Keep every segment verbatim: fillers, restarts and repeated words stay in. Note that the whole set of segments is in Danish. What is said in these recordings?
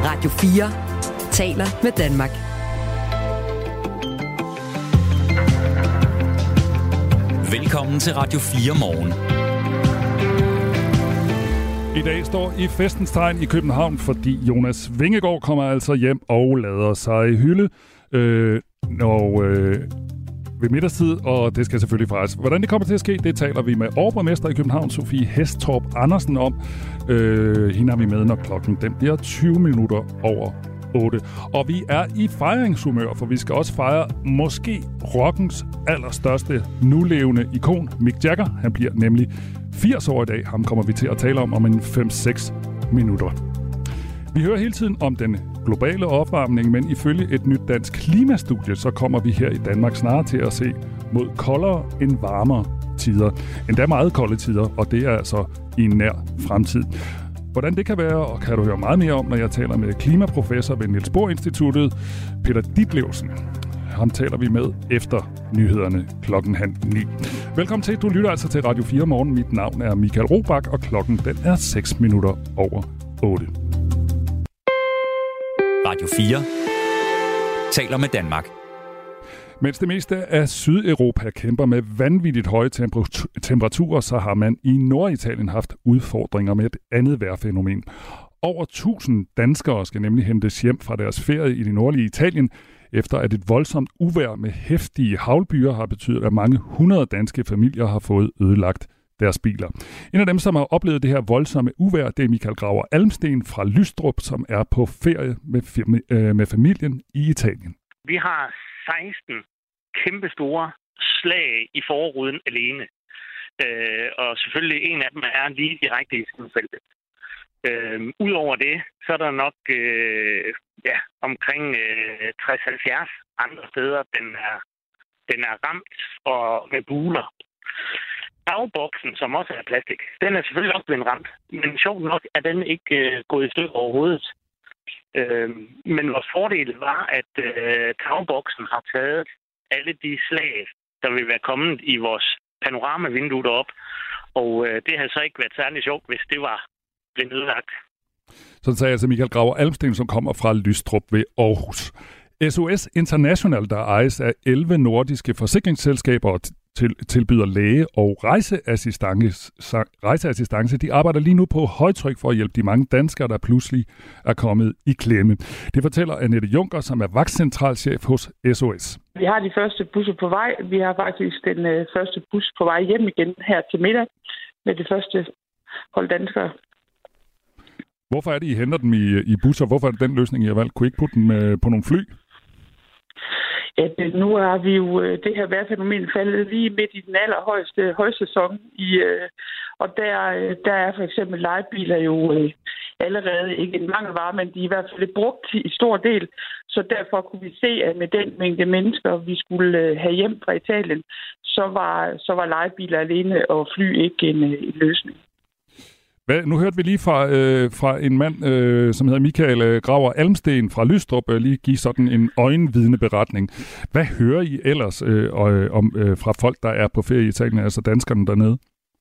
Radio fire taler med Danmark. Velkommen til Radio fire Morgen. I dag står i festens tegn i København, fordi Jonas Vingegaard kommer altså hjem og lader sig hylde øh, når, øh, ved middagstid, og det skal selvfølgelig fejres. Hvordan det kommer til at ske, det taler vi med overborgmester i København, Sofie Hestorp Andersen, om. Øh, hende har vi med, når klokken den bliver tyve minutter over otte. Og vi er i fejringshumør, for vi skal også fejre måske rockens allerstørste nulevende ikon, Mick Jagger. Han bliver nemlig firs år i dag. Ham kommer vi til at tale om om en fem seks minutter. Vi hører hele tiden om den globale opvarmning, men ifølge et nyt dansk klimastudie, så kommer vi her i Danmark snarere til at se mod koldere end varmere tider. Endda meget kolde tider, og det er altså i en nær fremtid. Hvordan det kan være, og kan du høre meget mere om, når jeg taler med klimaprofessor ved Niels Bohr Instituttet, Peter Ditlevsen. Ham taler vi med efter nyhederne klokken halv ni. Velkommen til. Du lytter altså til Radio fire Morgen. Mit navn er Michael Robach, og klokken den er seks minutter over otte. Radio fire taler med Danmark. Mens det meste af Sydeuropa kæmper med vanvittigt høje temperaturer, så har man i Norditalien haft udfordringer med et andet vejrfænomen. Over tusind danskere skal nemlig hentes hjem fra deres ferie i det nordlige Italien, efter at et voldsomt uvejr med heftige haglbyer har betydet, at mange hundrede danske familier har fået ødelagt deres biler. En af dem, som har oplevet det her voldsomme uvejr, det er Michael Graver Almsten fra Lystrup, som er på ferie med, øh, med familien i Italien. Vi har seksten kæmpestore slag i forruden alene. Øh, og selvfølgelig en af dem er lige direkte i skinfeltet. Øh, Udover det, så er der nok øh, ja, omkring øh, tres til halvfjerds andre steder, den er, den er ramt og med buler. Dagboksen, som også er plastik, den er selvfølgelig også blevet ramt, men sjovt nok er den ikke øh, gået i stykker overhovedet. Øh, men vores fordel var, at øh, tagboksen har taget alle de slag, der vil være kommet i vores panoramavindue deroppe, og øh, det havde så ikke været særlig sjovt, hvis det var blevet ødelagt. Sådan sagde altså Michael Graver Almsten, som kommer fra Lystrup ved Aarhus. S O S International, der ejes af elleve nordiske forsikringsselskaber og til, tilbyder læge- og rejseassistance, rejseassistance, de arbejder lige nu på højtryk for at hjælpe de mange danskere, der pludselig er kommet i klemme. Det fortæller Annette Junker, som er vagtcentralchef hos S O S. Vi har de første busser på vej. Vi har faktisk den øh, første bus på vej hjem igen her til middag med det første hold danskere. Hvorfor er det, I henter dem i, i busser? Hvorfor er det den løsning, I har valgt? Kunne I ikke putte dem øh, på nogle fly? Ja, nu har vi jo det her vejrfænomen faldet lige midt i den allerhøjeste højsæson. I, øh, og der, der er for eksempel lejebiler jo øh, allerede ikke en mangelvare, men de er i hvert fald brugt i stor del. Så derfor kunne vi se, at med den mængde mennesker, vi skulle øh, have hjem fra Italien, så var, så var lejebiler alene og fly ikke en, en løsning. Hvad, nu hørte vi lige fra, øh, fra en mand, øh, som hedder Michael Graver Almsten fra Lystrup, øh, lige give sådan en øjenvidneberetning. Hvad hører I ellers øh, om, øh, fra folk, der er på ferie i Italien, altså danskerne dernede?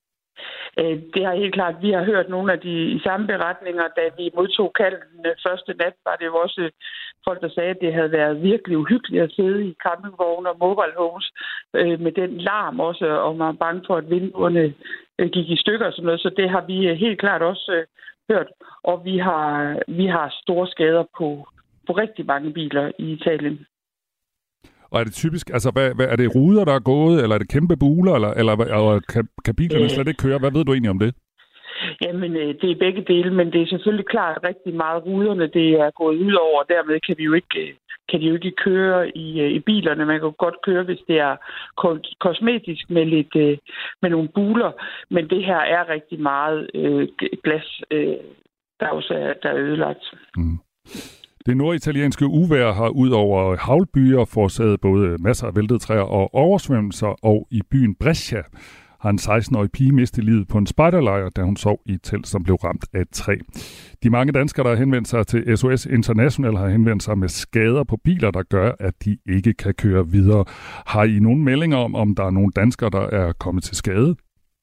Det har helt klart. Vi har hørt nogle af de samme beretninger, da vi modtog kalden første nat, var det jo også folk, der sagde, at det havde været virkelig uhyggeligt at sidde i campingvogne og mobile homes øh, med den larm også, og man var bange for, at vinduerne øh, gik i stykker og sådan noget. Så det har vi helt klart også øh, hørt. Og vi har, vi har store skader på, på rigtig mange biler i Italien. Og er det typisk, altså hvad, hvad, er det ruder, der er gået, eller er det kæmpe buler, eller, eller, eller kan, kan bilerne slet ikke køre? Hvad ved du egentlig om det? Jamen, det er begge dele, men det er selvfølgelig klart rigtig meget ruderne, det er gået ud over, og dermed kan vi jo ikke, kan de jo ikke køre i, i bilerne. Man kan godt køre, hvis det er kosmetisk med, lidt, med nogle buler, men det her er rigtig meget øh, glas, øh, der også er, der er ødelagt. Mm. Det norditalienske uvejr har ud over haglbyer forårsaget både masser af væltede træer og oversvømmelser, og i byen Brescia har en seksten-årig pige mistet livet på en spejderlejr, da hun sov i et telt, som blev ramt af et træ. De mange danskere, der har henvendt sig til S O S International, har henvendt sig med skader på biler, der gør, at de ikke kan køre videre. Har I nogle meldinger om, om der er nogle danskere, der er kommet til skade?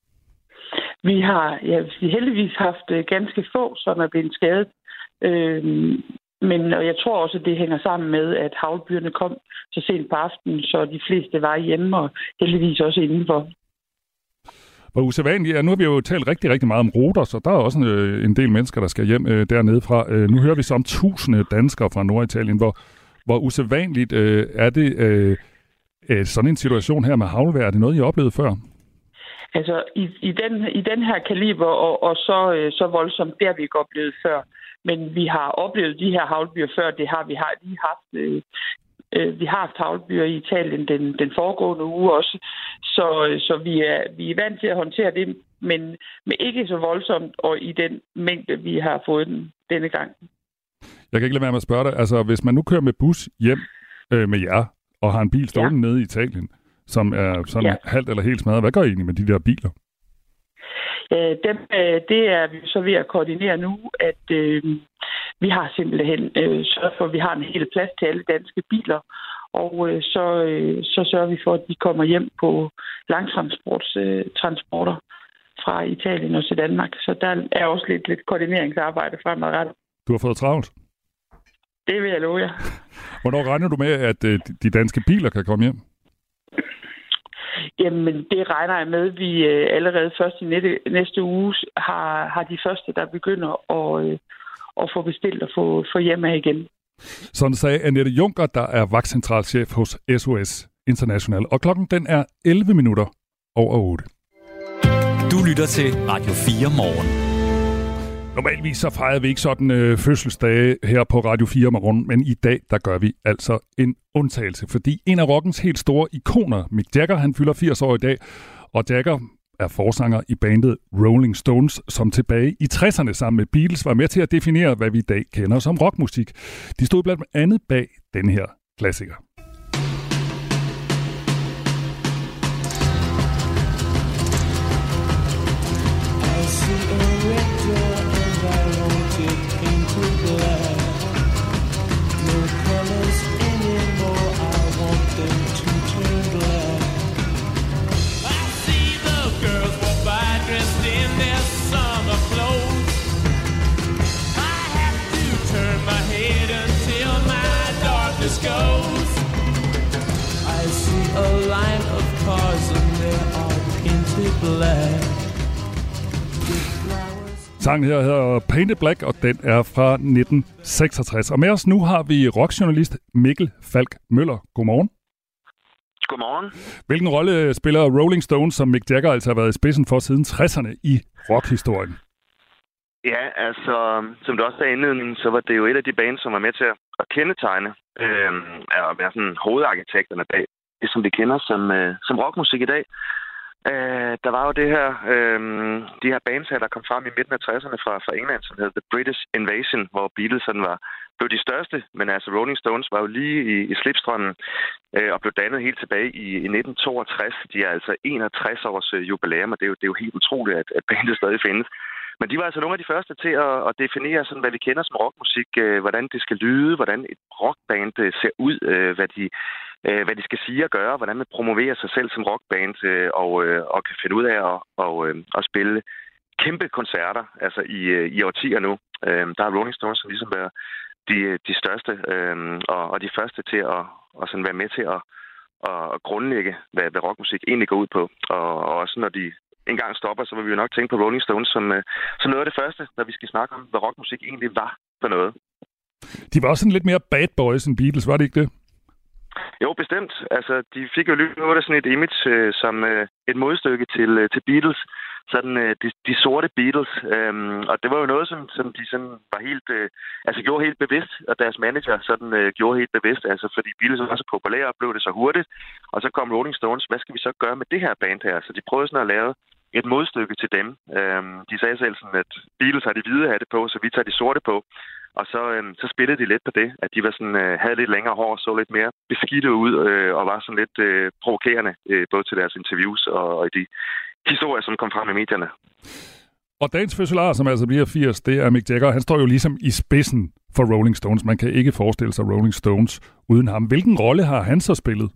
Vi har ja, vi heldigvis haft ganske få, som er blevet skadet. Øhm, Men og jeg tror også, at det hænger sammen med, at haglbyerne kom så sent på aftenen, så de fleste var hjemme, og heldigvis også indenfor. Hvor usædvanligt, ja, nu har vi jo talt rigtig, rigtig meget om ruter, så der er også en, en del mennesker, der skal hjem øh, dernede fra. Øh, nu hører vi så om tusinde danskere fra Norditalien. Hvor, hvor usædvanligt øh, er det øh, øh, sådan en situation her med haglvejr? Er det noget, I har oplevet før? Altså, i, i, den, i den her kaliber, og, og så, øh, så voldsomt, det har vi ikke oplevet før. Men vi har oplevet de her haglbyer før, det har vi har lige haft. Øh, øh, vi har haft haglbyer i Italien den, den foregående uge også, så, så vi, er, vi er vant til at håndtere det, men, men ikke så voldsomt, og i den mængde, vi har fået den denne gang. Jeg kan ikke lade være med at spørge dig, altså hvis man nu kører med bus hjem øh, med jer, og har en bil stående ja. nede i Italien, som er sådan ja. halvt eller helt smadret, hvad gør I egentlig med de der biler? Øh, dem, øh, det er vi så ved at koordinere nu, at øh, vi har simpelthen øh, sørget for, at vi har en hel plads til alle danske biler, og øh, så, øh, så sørger vi for, at de kommer hjem på langtransporter øh, fra Italien og til Danmark. Så der er også lidt, lidt koordineringsarbejde fremadrettet. Du har fået travlt? Det vil jeg love jer. Hvornår regner du med, at øh, de danske biler kan komme hjem? Jamen, det regner jeg med, vi øh, allerede først i næste, næste uge har, har de første, der begynder at, øh, at få bestilt og få, få hjem af igen. Sådan sagde Annette Juncker, der er vagtcentralchef hos S O S International. Og klokken den er elleve minutter over otte. Du lytter til Radio fire Morgen. Normalvis så fejrer vi ikke sådan øh, fødselsdage her på Radio fire Morgen, men i dag der gør vi altså en undtagelse, fordi en af rockens helt store ikoner, Mick Jagger, han fylder firs år i dag, og Jagger er forsanger i bandet Rolling Stones, som tilbage i tresserne sammen med Beatles var med til at definere, hvad vi i dag kender som rockmusik. De stod blandt andet bag den her klassiker. Goes. I see a line of cars and they are painted black. Sangen her hedder Painted Black, og den er fra nitten seksogtres. Og med os nu har vi rockjournalist Mikkel Falk Møller. Godmorgen. Godmorgen. Hvilken rolle spiller Rolling Stones, som Mick Jagger altså har været i spidsen for siden tresserne i rockhistorien? Ja, altså, som du også sagde i indledningen, så var det jo et af de bands, som var med til at kendetegne øh, at være sådan hovedarkitekterne bag det, som vi kender som, øh, som rockmusik i dag. Øh, der var jo det her, øh, de her bands her, der kom frem i midten af tresserne fra, fra England, som hed The British Invasion, hvor Beatles sådan var, blev de største, men altså Rolling Stones var jo lige i, i slipstrømmen øh, og blev dannet helt tilbage i, i nitten toogtres. De er altså enogtres års øh, jubilæum, og det er, jo, det er jo helt utroligt, at, at bandet stadig findes. Men de var altså nogle af de første til at, at definere, sådan, hvad vi kender som rockmusik, øh, hvordan det skal lyde, hvordan et rockband øh, ser ud, øh, hvad, de, øh, hvad de skal sige og gøre, hvordan man promoverer sig selv som rockband øh, og, øh, og kan finde ud af at, og, øh, at spille kæmpe koncerter altså i, øh, i årtier nu. Øh, der er Rolling Stones som ligesom været de, de største øh, og, og de første til at og sådan være med til at, at grundlægge, hvad, hvad rockmusik egentlig går ud på. Og, og også når de en gang stopper, så vil vi jo nok tænke på Rolling Stones som, uh, som noget af det første, når vi skal snakke om, hvad rockmusik egentlig var for noget. De var også sådan lidt mere bad boys end Beatles, var det ikke det? Jo, bestemt. Altså, de fik jo lidt sådan et image uh, som uh, et modstykke til, uh, til Beatles. Sådan uh, de, de sorte Beatles. Um, og det var jo noget, som, som de sådan var helt, uh, altså gjorde helt bevidst, og deres manager sådan uh, gjorde helt bevidst, altså fordi Beatles var så populære og blev det så hurtigt. Og så kom Rolling Stones, hvad skal vi så gøre med det her band her? Så de prøvede sådan at lave et modstykke til dem. Um, de sagde selv sådan, at Beatles har de hvide hatte på, så vi tager de sorte på. Og så, um, så spillede de lidt på det, at de var sådan, uh, havde lidt længere hår, så lidt mere beskidte ud, uh, og var sådan lidt uh, provokerende, uh, både til deres interviews og, og i de historier, som kom frem i medierne. Og dagens fødselar, som altså bliver firs, det er Mick Jagger. Han står jo ligesom i spidsen for Rolling Stones. Man kan ikke forestille sig Rolling Stones uden ham. Hvilken rolle har han så spillet?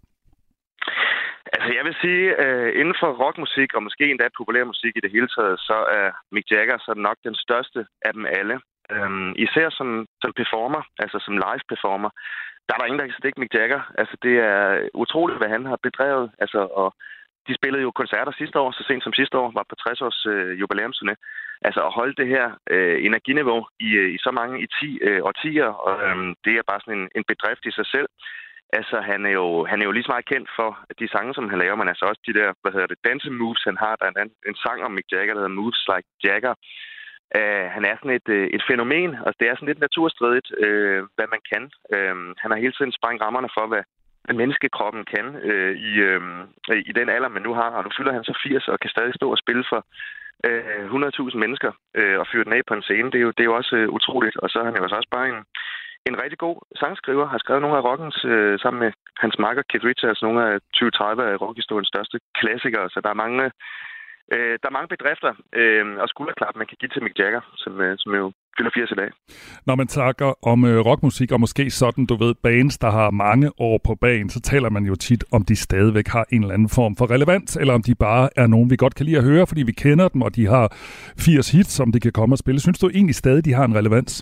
Altså, jeg vil sige, uh, inden for rockmusik, og måske endda populærmusik i det hele taget, så er Mick Jagger så nok den største af dem alle. Øhm, især som, som performer, altså som live-performer, der er der ingen, der kan stikke Mick Jagger. Altså, det er utroligt, hvad han har bedrevet. Altså, og de spillede jo koncerter sidste år, så sent som sidste år, var på tres års øh, jubilæumsturné. Altså, at holde det her øh, energiniveau i, øh, i så mange i ti øh, årtier, og øh, det er bare sådan en, en bedrift i sig selv. Altså, han er, jo, han er jo lige så meget kendt for de sange, som han laver, men altså også de der, hvad hedder det, dance moves, han har. Der er en, en sang om Mick Jagger, der hedder Moves Like Jagger. Uh, han er sådan et, uh, et fænomen, og det er sådan lidt naturstridigt, uh, hvad man kan. Uh, han har hele tiden sprængt rammerne for, hvad, hvad menneskekroppen kan uh, i, uh, i den alder, man nu har. Og nu fylder han så firs og kan stadig stå og spille for uh, hundrede tusind mennesker uh, og fyre den af på en scene. Det er jo, det er jo også uh, utroligt, og så er han jo også bare en, en rigtig god sangskriver. Har skrevet nogle af rockens, uh, sammen med hans makker Keith Richards, nogle af tyve tredive af rockhistoriens største klassikere, så der er mange... Øh, der er mange bedrifter øh, og skulderklap, man kan give til Mick Jagger, som, øh, som jo fylder firs i dag. Når man snakker om øh, rockmusik, og måske sådan, du ved, bands, der har mange år på banen, så taler man jo tit, om de stadigvæk har en eller anden form for relevans, eller om de bare er nogen, vi godt kan lide at høre, fordi vi kender dem, og de har firs hits, som de kan komme og spille. Synes du egentlig stadig, de har en relevans?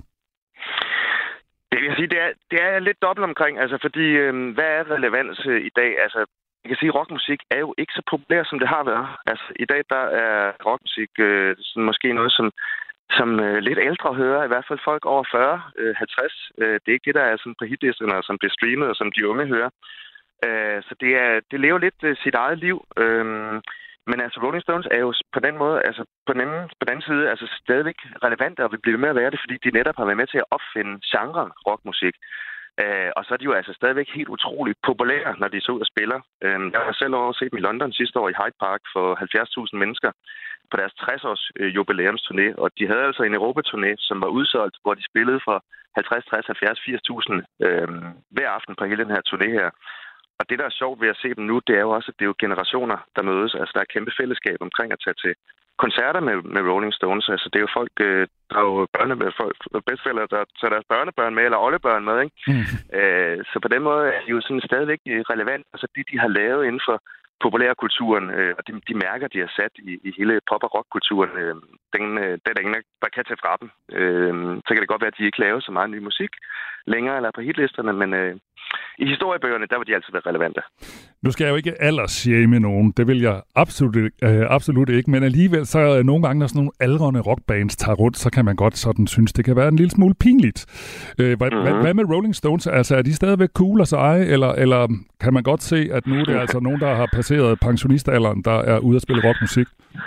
Det vil jeg sige, det er, det er lidt dobbelt omkring, altså fordi, øh, hvad er relevans øh, i dag? Altså, jeg kan sige, at rockmusik er jo ikke så populær, som det har været. Altså, i dag der er rockmusik øh, sådan måske noget, som, som øh, lidt ældre hører, i hvert fald folk over fyrre, øh, halvtreds. Øh, det er ikke det, der er sådan på hitlisterne, som bliver streamet, og som de unge hører. Øh, så det, er, det lever lidt øh, sit eget liv. Øh, men altså, Rolling Stones er jo på den måde, altså på den, anden, på den anden side, altså stadigvæk relevante, og vil blive med at være det, fordi de netop har været med til at opfinde genren rockmusik. Uh, og så er de jo altså stadigvæk helt utroligt populære, når de så ud og spiller. Uh, jeg har selv over set dem i London sidste år i Hyde Park for halvfjerds tusind mennesker på deres tres års uh, jubilæumsturné. Og de havde altså en Europa-turné, som var udsolgt, hvor de spillede for halvtreds, tres, halvfjerds, firs tusind uh, hver aften på hele den her turné her. Og det, der er sjovt ved at se dem nu, det er jo også, at det er jo generationer, der mødes. Altså, der er kæmpe fællesskab omkring at tage til koncerter med, med Rolling Stones. Altså, det er jo folk, der er jo børne med folk, bedstefælder, der tager deres børnebørn med, eller oldebørn med, ikke? Mm. Øh, så på den måde er de jo sådan stadigvæk relevant. Altså, det, de har lavet inden for populærkulturen, øh, og de, de mærker, de har sat i, i hele pop- og rockkulturen, øh, den, øh, det er der ingen, der kan tage fra dem. Øh, så kan det godt være, at de ikke laver så meget ny musik længere, eller på hitlisterne, men øh, i historiebøgerne, der vil de altid være relevante. Nu skal jeg jo ikke aldersshame nogen, det vil jeg absolut, øh, absolut ikke, men alligevel så øh, nogle gange, når sådan nogle aldrende rockbands tager rundt, så kan man godt sådan synes, det kan være en lille smule pinligt. Øh, hvad, mm-hmm. hvad, hvad med Rolling Stones? Altså, er de stadigvæk cool og seje, eller, eller kan man godt se, at nu er det altså nogen, der har passeret pensionistalderen, der er ude at spille rockmusik?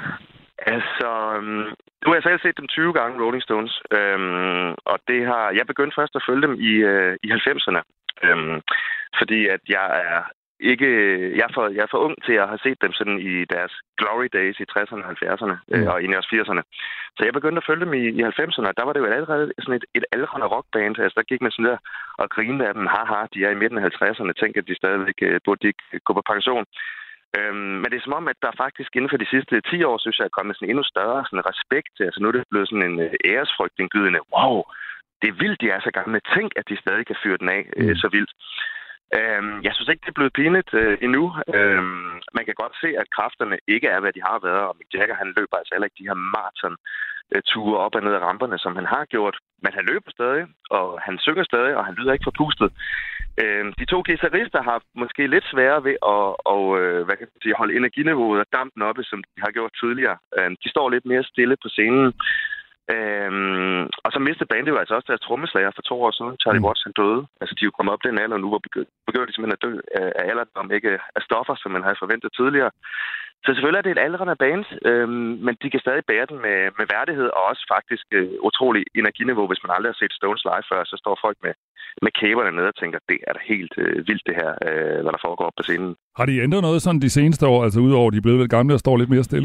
Altså, nu har jeg selv set dem tyve gange, Rolling Stones, øhm, og det har jeg begyndt først at følge dem i, øh, i halvfemserne, øhm, fordi at jeg er ikke, jeg er, for, jeg er for ung til at have set dem sådan i deres glory days i tresserne og halvfjerdserne, øh, og egentlig også firserne. Så jeg begyndte at følge dem i, i halvfemserne, og der var det jo allerede sådan et, et aldrende rockband, altså der gik man sådan der og grinede af dem, haha, de er i midten af halvtredserne, tænkte at de stadigvæk øh, burde de ikke gå på pension. Øhm, men det er som om, at der faktisk inden for de sidste ti år, synes jeg, er kommet sådan endnu større sådan respekt. Altså nu er det blevet sådan en øh, æresfrygt, en gydende. Wow, det er vildt, de er så gamle. Tænk, at de stadig kan fyre den af øh, så vildt. Øhm, jeg synes ikke, det er blevet pinligt øh, endnu. Øhm, man kan godt se, at kræfterne ikke er, hvad de har været. Og Mick Jagger, han løber altså heller ikke de her maraton ture op og ned af ramperne, som han har gjort. Men han løber stadig, og han synger stadig, og han lyder ikke forpustet. Øh, de to guitarister har måske lidt sværere ved at og, øh, hvad kan man sige, holde energiniveauet og dampen oppe, som de har gjort tidligere. Øh, de står lidt mere stille på scenen. Øh, og så mistede bandet jo altså også deres trommeslager for to år siden. Charlie Watts, han døde. Altså, de er jo kommet op den alder nu, hvor begynder de simpelthen at dø af alderdom, ikke af stoffer, som man havde forventet tidligere. Så selvfølgelig er det et aldrende band, øh, men de kan stadig bære den med, med værdighed, og også faktisk øh, utrolig energiniveau. Hvis man aldrig har set Stones live før, så står folk med, med kæberne nede og tænker, det er da helt øh, vildt det her, øh, hvad der foregår på scenen. Har de ændret noget sådan de seneste år, altså udover de er blevet lidt gamle og står lidt mere stille?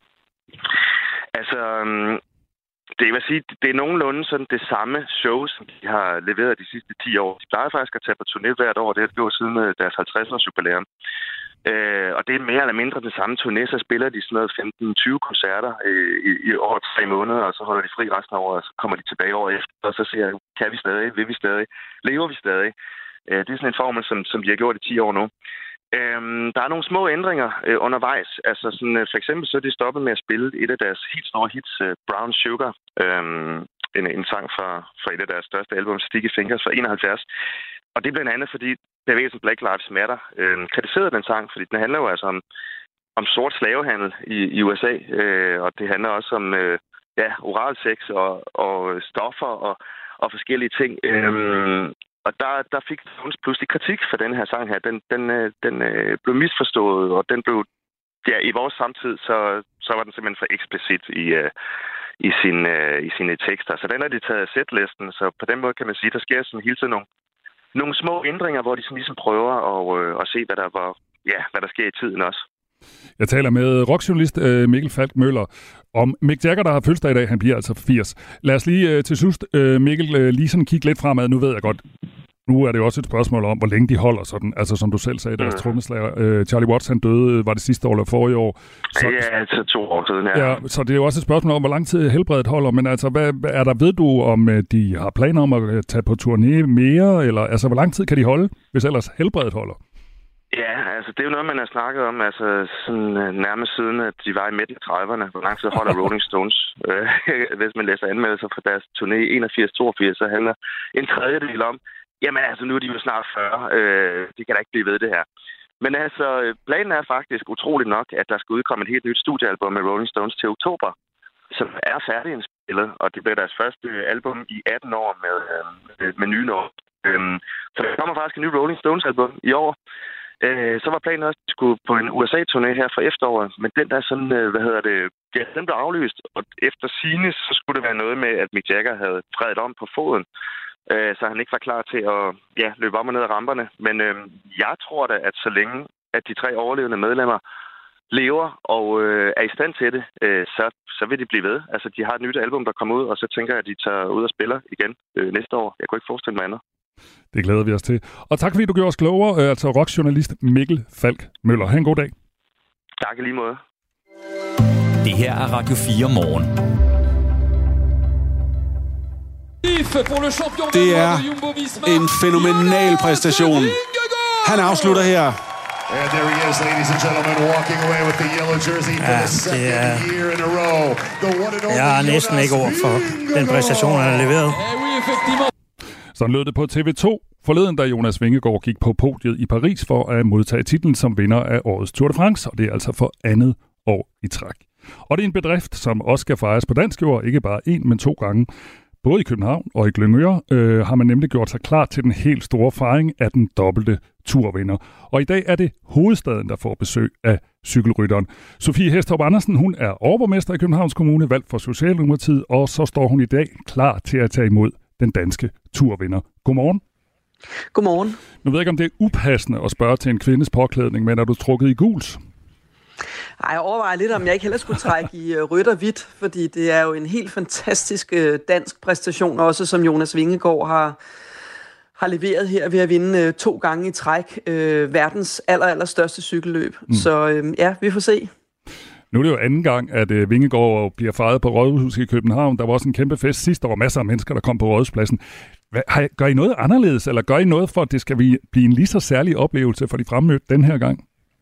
Altså, øh, det vil sige, det er nogenlunde sådan det samme show, som de har leveret de sidste ti år. De plejer faktisk at tage på turné hvert år, det har de gjort siden deres halvtreds års jubilæum. Øh, og det er mere eller mindre den samme turné, så spiller de sådan noget femten tyve koncerter øh, i, i over tre måneder, og så holder de fri resten af året, og så kommer de tilbage over efter, og så siger jeg, kan vi stadig, vil vi stadig, lever vi stadig? Øh, det er sådan en formel, som, som de har gjort i ti år nu. Øh, der er nogle små ændringer øh, undervejs, altså sådan, øh, for eksempel så er de stoppet med at spille et af deres helt store hits, øh, Brown Sugar, øh, en, en sang fra, fra et af deres største album, Sticky Fingers fra enoghalvfjerds. Og det er blandt andet, fordi bevægelsen Black Lives Matter øh, kritiserede den sang, fordi den handler jo altså om, om sort slavehandel i, i U S A, øh, og det handler også om øh, ja, oralsex og, og stoffer og, og forskellige ting. Øh, og der, der fik Stones pludselig kritik for den her sang her. Den, den, øh, den øh, blev misforstået, og den blev, ja, i vores samtid, så, så var den simpelthen for eksplicit i, øh, i, sin, øh, i sine tekster. Så den har de taget af sætlisten, så på den måde kan man sige, der sker sådan hele tiden nogle, nogle små ændringer, hvor de sådan ligesom prøver at, øh, at se, hvad der, var, ja, hvad der sker i tiden også. Jeg taler med rockjournalist øh, Mikkel Falk Møller om Mick Jagger, der har fødselsdag i dag. Han bliver altså firs. Lad os lige øh, til sidst, øh, Mikkel, øh, lige sådan kigge lidt fremad. Nu ved jeg godt, nu er det jo også et spørgsmål om, hvor længe de holder sådan. Altså som du selv sagde, deres mm. trommeslager øh, Charlie Watts, han døde, var det sidste år eller forrige år. Så, ja, altså to år siden, ja. ja. Så det er jo også et spørgsmål om, hvor lang tid helbredet holder. Men altså, hvad, er der, ved du, om de har planer om at tage på turné mere? Eller altså, hvor lang tid kan de holde, hvis ellers helbredet holder? Ja, altså det er jo noget, man har snakket om, altså sådan nærmest siden, at de var i midten af trediverne. Hvor lang tid holder Rolling Stones? Hvis man læser anmeldelser fra deres turné enogfirs toogfirs, så handler en tredjedel om, jamen altså nu er de jo snart fyrre. Øh, det kan da ikke blive ved det her. Men altså, planen er faktisk utroligt nok, at der skal udkomme et helt nyt studiealbum med Rolling Stones til oktober, som er færdigindspillet, og det bliver deres første album i atten år med, øh, med nye numre. Øh, så der kommer faktisk en ny Rolling Stones album i år. Øh, så var planen også, at de skulle på en U S A-turné her fra efteråret, men den der sådan, øh, hvad hedder det, ja, den blev aflyst, og efter sigende, så skulle det være noget med, at Mick Jagger havde fredet om på foden, øh, så han ikke var klar til at ja, løbe op og ned ad ramperne. Men øh, jeg tror da, at så længe, at de tre overlevende medlemmer lever og øh, er i stand til det, øh, så, så vil de blive ved. Altså, de har et nyt album, der kommer ud, og så tænker jeg, at de tager ud og spiller igen øh, næste år. Jeg kunne ikke forestille mig andet. Det glæder vi os til. Og tak fordi du gjorde os klogere, altså rockjournalist Mikkel Falk Møller. Ha' en god dag. Tak i lige måde. Det her er Radio fire morgen. Det er en fænomenal præstation. Han afslutter her. And there he is, ladies and gentlemen, walking away with the yellow jersey for ja, the second er... year in a row. The one and only jeg har næsten ikke ord for den præstation, han har leveret. Sådan lød det på T V to forleden, da Jonas Vingegaard gik på podiet i Paris for at modtage titlen som vinder af årets Tour de France, og det er altså for andet år i træk. Og det er en bedrift, som også skal fejres på dansk jord, ikke bare én, men to gange. Både i København og i Glyngøre øh, har man nemlig gjort sig klar til den helt store fejring af den dobbelte turvinder. Og i dag er det hovedstaden, der får besøg af cykelrytteren. Sofie Hestorp Andersen, hun er overborgmester i Københavns Kommune, valgt for Socialdemokratiet, og så står hun i dag klar til at tage imod den danske turvinder. Godmorgen. Godmorgen. Nu ved jeg ikke, om det er upassende at spørge til en kvindes påklædning, men er du trukket i guls? Ej, jeg overvejer lidt, om jeg ikke heller skulle trække i uh, rødt og hvidt, fordi det er jo en helt fantastisk uh, dansk præstation, også som Jonas Vingegaard har, har leveret her ved at vinde uh, to gange i træk uh, verdens aller, aller største cykelløb. Mm. Så uh, ja, vi får se. Nu er det jo anden gang, at uh, Vingegaard bliver fejret på Rådhuset i København. Der var også en kæmpe fest sidste år, masser af mennesker, der kom på Rådhuspladsen. Hvad, har, gør I noget anderledes, eller gør I noget for, at det skal blive en lige så særlig oplevelse for de fremmødte den her gang?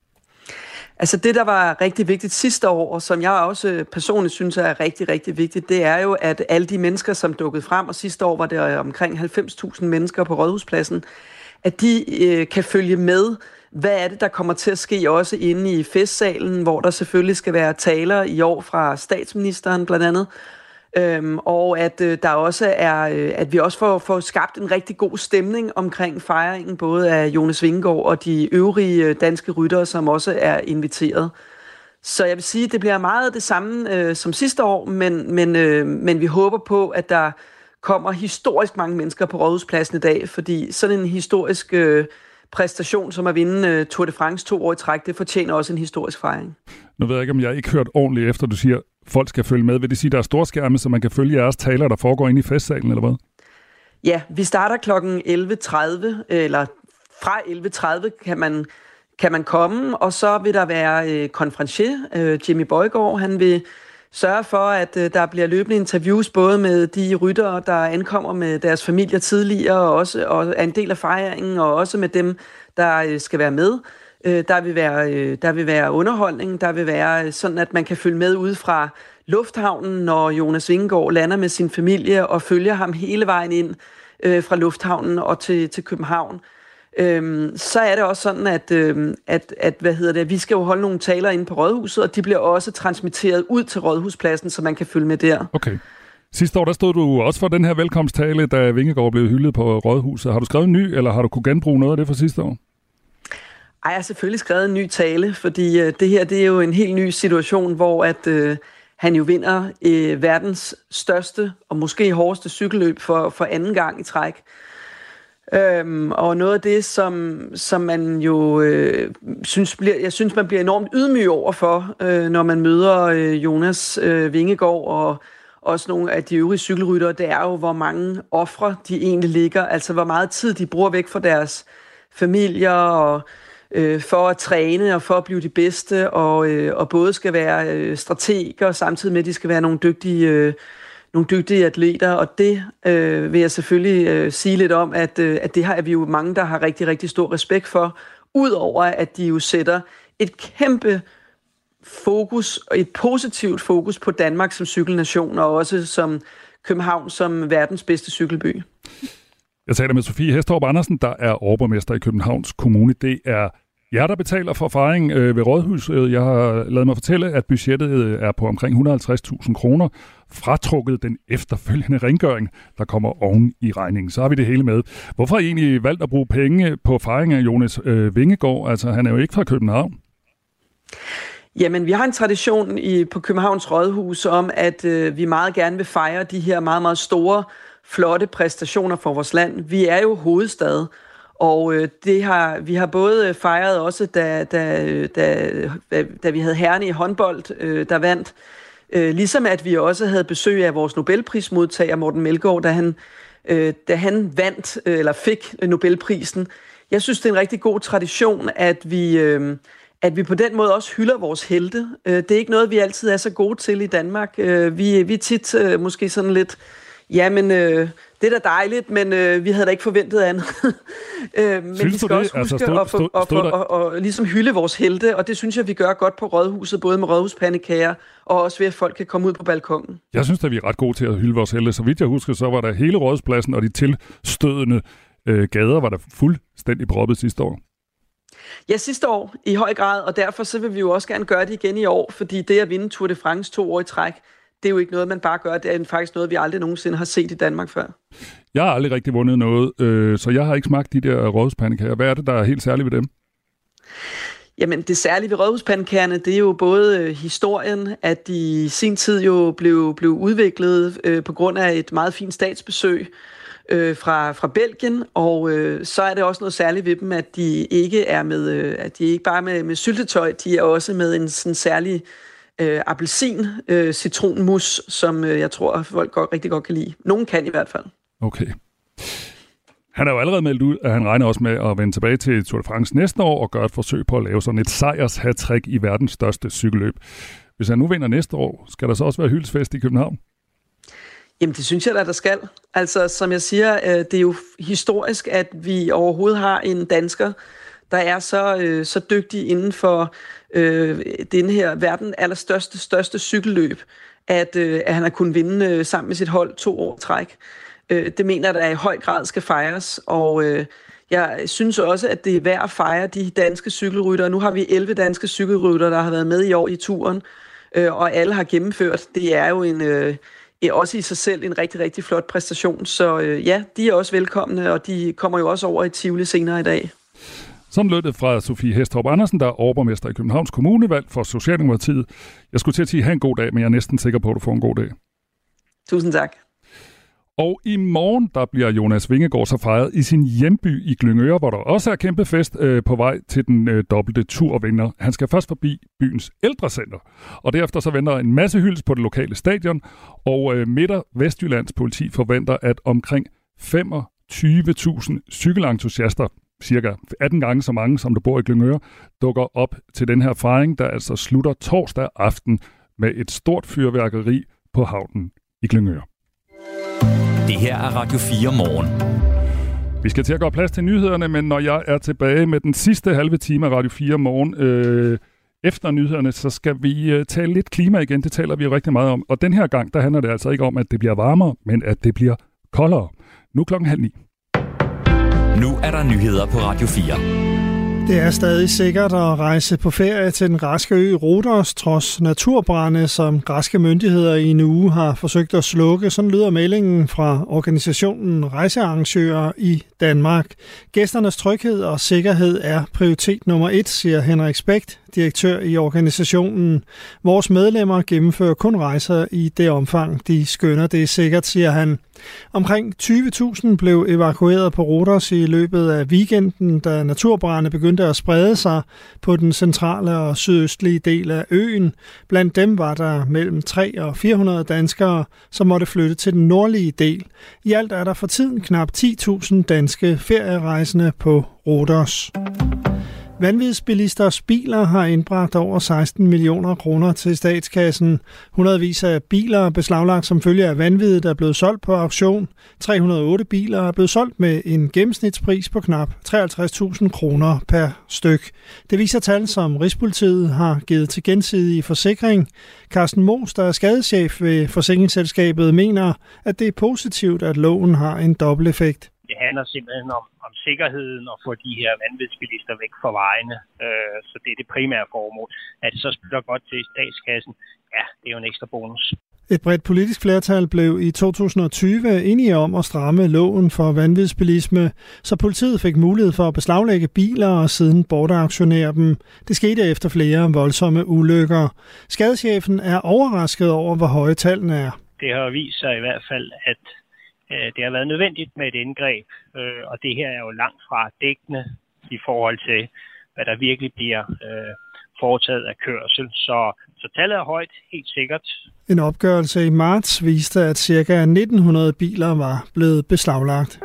Altså det, der var rigtig vigtigt sidste år, og som jeg også personligt synes er rigtig, rigtig vigtigt, det er jo, at alle de mennesker, som dukkede frem, og sidste år var det omkring halvfems tusind mennesker på Rådhuspladsen, at de øh, kan følge med, hvad er det, der kommer til at ske også inde i festsalen, hvor der selvfølgelig skal være taler i år fra statsministeren blandt andet, Øhm, og at øh, der også er, øh, at vi også får, får skabt en rigtig god stemning omkring fejringen, både af Jonas Vingegaard og de øvrige øh, danske ryttere, som også er inviteret. Så jeg vil sige, at det bliver meget det samme øh, som sidste år, men, men, øh, men vi håber på, at der kommer historisk mange mennesker på Rådhuspladsen i dag, fordi sådan en historisk øh, præstation, som at vinde øh, Tour de France to år i træk, det fortjener også en historisk fejring. Nu ved jeg ikke, om jeg ikke hørt ordentligt efter, du siger, folk skal følge med. Vil det sige, at der er storskærme, så man kan følge jeres taler, der foregår inde i festsalen, eller hvad? Ja, vi starter klokken elleve tredive, eller fra elleve tredive kan man, kan man komme, og så vil der være øh, konferencier, øh, Jimmy Bøjgaard, han vil sørge for, at øh, der bliver løbende interviews, både med de ryttere, der ankommer med deres familier tidligere, og også og er en del af fejringen, og også med dem, der øh, skal være med. Der vil være, der vil være underholdning, der vil være sådan, at man kan følge med ud fra lufthavnen, når Jonas Vingegaard lander med sin familie og følger ham hele vejen ind øh, fra lufthavnen og til, til København. Øhm, så er det også sådan, at, øhm, at, at hvad hedder det, vi skal jo holde nogle taler inde på Rådhuset, og de bliver også transmitteret ud til Rådhuspladsen, så man kan følge med der. Okay. Sidste år, der stod du også for den her velkomsttale, da Vingegaard blev hyldet på Rådhuset. Har du skrevet en ny, eller har du kunne genbruge noget af det fra sidste år? Ej, jeg har selvfølgelig skrevet en ny tale, fordi øh, det her det er jo en helt ny situation, hvor at, øh, han jo vinder øh, verdens største og måske hårdeste cykelløb for, for anden gang i træk. Øhm, og noget af det, som, som man jo øh, synes bliver, jeg synes, man bliver enormt ydmyg overfor, øh, når man møder øh, Jonas øh, Vingegaard og også nogle af de øvrige cykelryttere, det er jo, hvor mange ofre de egentlig ligger, altså hvor meget tid de bruger væk fra deres familier og øh, for at træne og for at blive de bedste, og, øh, og både skal være øh, strateger, samtidig med, at de skal være nogle dygtige øh, nogle dygtige atleter, og det øh, vil jeg selvfølgelig øh, sige lidt om, at, øh, at det har vi jo mange, der har rigtig, rigtig stor respekt for, udover at de jo sætter et kæmpe fokus, og et positivt fokus på Danmark som cykelnation, og også som København som verdens bedste cykelby. Jeg taler med Sofie Hæstorp Andersen, der er overborgmester i Københavns Kommune. Det er jer, der betaler for fejring øh, ved Rådhuset. Jeg har ladet mig fortælle, at budgettet er på omkring et hundrede og halvtreds tusind kroner, fratrukket den efterfølgende rengøring, der kommer oven i regningen. Så har vi det hele med. Hvorfor har I egentlig valgt at bruge penge på fejring af Jonas øh, Vingegaard? Altså, han er jo ikke fra København. Jamen, vi har en tradition i, på Københavns Rådhus om, at øh, vi meget gerne vil fejre de her meget, meget store, flotte præstationer for vores land. Vi er jo hovedstad, og øh, det har, vi har både fejret også, da, da, da, da, da vi havde herrene i håndbold, øh, der vandt, øh, ligesom at vi også havde besøg af vores Nobelprismodtager, Morten Meldgaard, da han, øh, da han vandt, øh, eller fik Nobelprisen. Jeg synes, det er en rigtig god tradition, at vi... Øh, at vi på den måde også hylder vores helte. Det er ikke noget, vi altid er så gode til i Danmark. Vi, vi er tit måske sådan lidt, jamen, det er da dejligt, men vi havde da ikke forventet andet. Men synes vi skal det? også huske altså, stod, at, stod, at, stod at, at, at ligesom hylde vores helte, og det synes jeg, vi gør godt på Rådhuset, både med rådhuspandekager, og også ved, at folk kan komme ud på balkongen. Jeg synes, at vi er ret gode til at hylde vores helte. Så vidt jeg husker, så var der hele Rådhuspladsen og de tilstødende øh, gader, var der fuldstændig proppet sidste år. Ja, sidste år i høj grad, og derfor så vil vi jo også gerne gøre det igen i år, fordi det at vinde Tour de France to år i træk, det er jo ikke noget, man bare gør. Det er faktisk noget, vi aldrig nogensinde har set i Danmark før. Jeg har aldrig rigtig vundet noget, øh, så jeg har ikke smagt de der rådhuspandekager. Hvad er det, der er helt særligt ved dem? Jamen, det særlige ved rådhuspandekagerne, det er jo både øh, historien, at de i sin tid jo blev, blev udviklet øh, på grund af et meget fint statsbesøg, Øh, fra, fra Belgien, og øh, så er det også noget særligt ved dem, at de ikke er med, øh, at de ikke bare med, med syltetøj, de er også med en sådan særlig øh, appelsin, øh, citronmus, som øh, jeg tror, folk godt, rigtig godt kan lide. Nogen kan i hvert fald. Okay. Han er jo allerede meldt ud, at han regner også med at vende tilbage til Tour de France næste år og gøre et forsøg på at lave sådan et sejrs-hattrick i verdens største cykelløb. Hvis han nu vinder næste år, skal der så også være hyldesfest i København? Jamen, det synes jeg da, der skal. Altså, som jeg siger, det er jo historisk, at vi overhovedet har en dansker, der er så, øh, så dygtig inden for øh, den her verden allerstørste største cykelløb, at, øh, at han har kunnet vinde øh, sammen med sit hold to år træk. Øh, det mener jeg, der i høj grad skal fejres, og øh, jeg synes også, at det er værd at fejre de danske cykelryttere. Nu har vi elleve danske cykelryttere, der har været med i år i turen, øh, og alle har gennemført. Det er jo en... Øh, er også i sig selv en rigtig, rigtig flot præstation. Så øh, ja, de er også velkomne, og de kommer jo også over i Tivoli senere i dag. Sådan lød det fra Sofie Hæstorp Andersen, der er overborgmester i Københavns Kommune, valgt for Socialdemokratiet. Jeg skulle til at sige, have en god dag, men jeg er næsten sikker på, at du får en god dag. Tusind tak. Og i morgen, der bliver Jonas Vingegaard så fejret i sin hjemby i Glyngøre, hvor der også er kæmpe fest øh, på vej til den øh, dobbelte turvinder. Han skal først forbi byens ældrecenter, og derefter så venter en masse hyldes på det lokale stadion, og øh, Midt- og Vestjyllands politi forventer, at omkring femogtyve tusind cykelentusiaster, cirka atten gange så mange, som der bor i Glyngøre, dukker op til den her fejring, der altså slutter torsdag aften med et stort fyrværkeri på havnen i Glyngøre. Det her er Radio fire Morgen. Vi skal til at gøre plads til nyhederne, men når jeg er tilbage med den sidste halve time af Radio fire Morgen, øh, Efter nyhederne, så skal vi øh, tale lidt klima igen. Det taler vi jo rigtig meget om. Og den her gang, der handler det altså ikke om, at det bliver varmere, men at det bliver koldere. Nu klokken halv ni. Nu er der nyheder på Radio fire. Det er stadig sikkert at rejse på ferie til den græske ø Rhodos, trods naturbrande, som græske myndigheder i en uge har forsøgt at slukke. Sådan lyder meldingen fra organisationen Rejsearrangører i Danmark. Gæsternes tryghed og sikkerhed er prioritet nummer et, siger Henrik Specht, direktør i organisationen. Vores medlemmer gennemfører kun rejser i det omfang, de skønner det er sikkert, siger han. Omkring tyve tusind blev evakueret på Rhodos i løbet af weekenden, da naturbrande begyndte at sprede sig på den centrale og sydøstlige del af øen. Blandt dem var der mellem tre hundrede og fire hundrede danskere, som måtte flytte til den nordlige del. I alt er der for tiden knap ti tusind danske ferierejsende på Rhodos. Vanvidsbilisters biler har indbragt over seksten millioner kroner til statskassen. Hundredvis af biler er beslaglagt som følge af vanviddet er blevet solgt på auktion. tre hundrede og otte biler er blevet solgt med en gennemsnitspris på knap treoghalvtreds tusind kroner per styk. Det viser tal, som Rigspolitiet har givet til gensidig forsikring. Carsten Moos, der er skadeschef ved forsikringsselskabet, mener, at det er positivt, at loven har en dobbelteffekt. Det handler simpelthen om, om sikkerheden og få de her vanvidsbilister væk fra vejene. Øh, så det er det primære formål. At det så spiller godt til statskassen, ja, det er jo en ekstra bonus. Et bredt politisk flertal blev i to tusind og tyve enige om at stramme loven for vanvidsbilisme, så politiet fik mulighed for at beslaglægge biler og siden bortauktionere dem. Det skete efter flere voldsomme ulykker. Skadeschefen er overrasket over, hvor høje tallene er. Det har vist sig i hvert fald, at det har været nødvendigt med et indgreb, og det her er jo langt fra dækkende i forhold til, hvad der virkelig bliver foretaget af kørsel. Så, så tallet er højt, helt sikkert. En opgørelse i marts viste, at ca. nitten hundrede biler var blevet beslaglagt.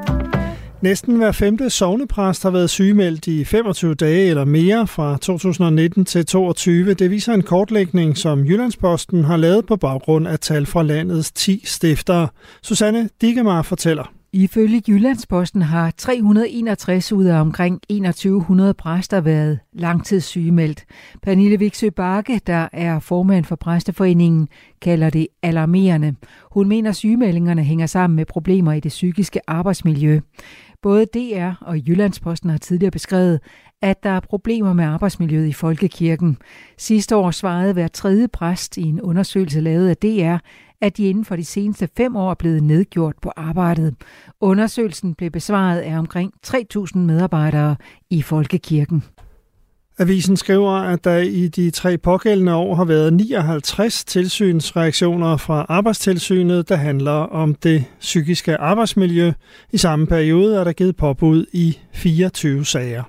Næsten hver femte sognepræst har været sygemeldt i femogtyve dage eller mere fra to tusind og nitten til toogtyve. Det viser en kortlægning, som Jyllandsposten har lavet på baggrund af tal fra landets ti stiftere. Susanne Digemar fortæller. Ifølge Jyllandsposten har tre hundrede og enogtres ud af omkring enogtyve hundrede præster været langtidssygemeldt. Pernille Viksø Bakke, der er formand for Præsteforeningen, kalder det alarmerende. Hun mener, at sygemeldingerne hænger sammen med problemer i det psykiske arbejdsmiljø. Både D R og Jyllandsposten har tidligere beskrevet, at der er problemer med arbejdsmiljøet i folkekirken. Sidste år svarede hver tredje præst i en undersøgelse lavet af D R, at de inden for de seneste fem år er blevet nedgjort på arbejdet. Undersøgelsen blev besvaret af omkring tre tusind medarbejdere i folkekirken. Avisen skriver, at der i de tre pågældende år har været nioghalvtreds tilsynsreaktioner fra Arbejdstilsynet, der handler om det psykiske arbejdsmiljø. I samme periode er der givet påbud i fireogtyve sager.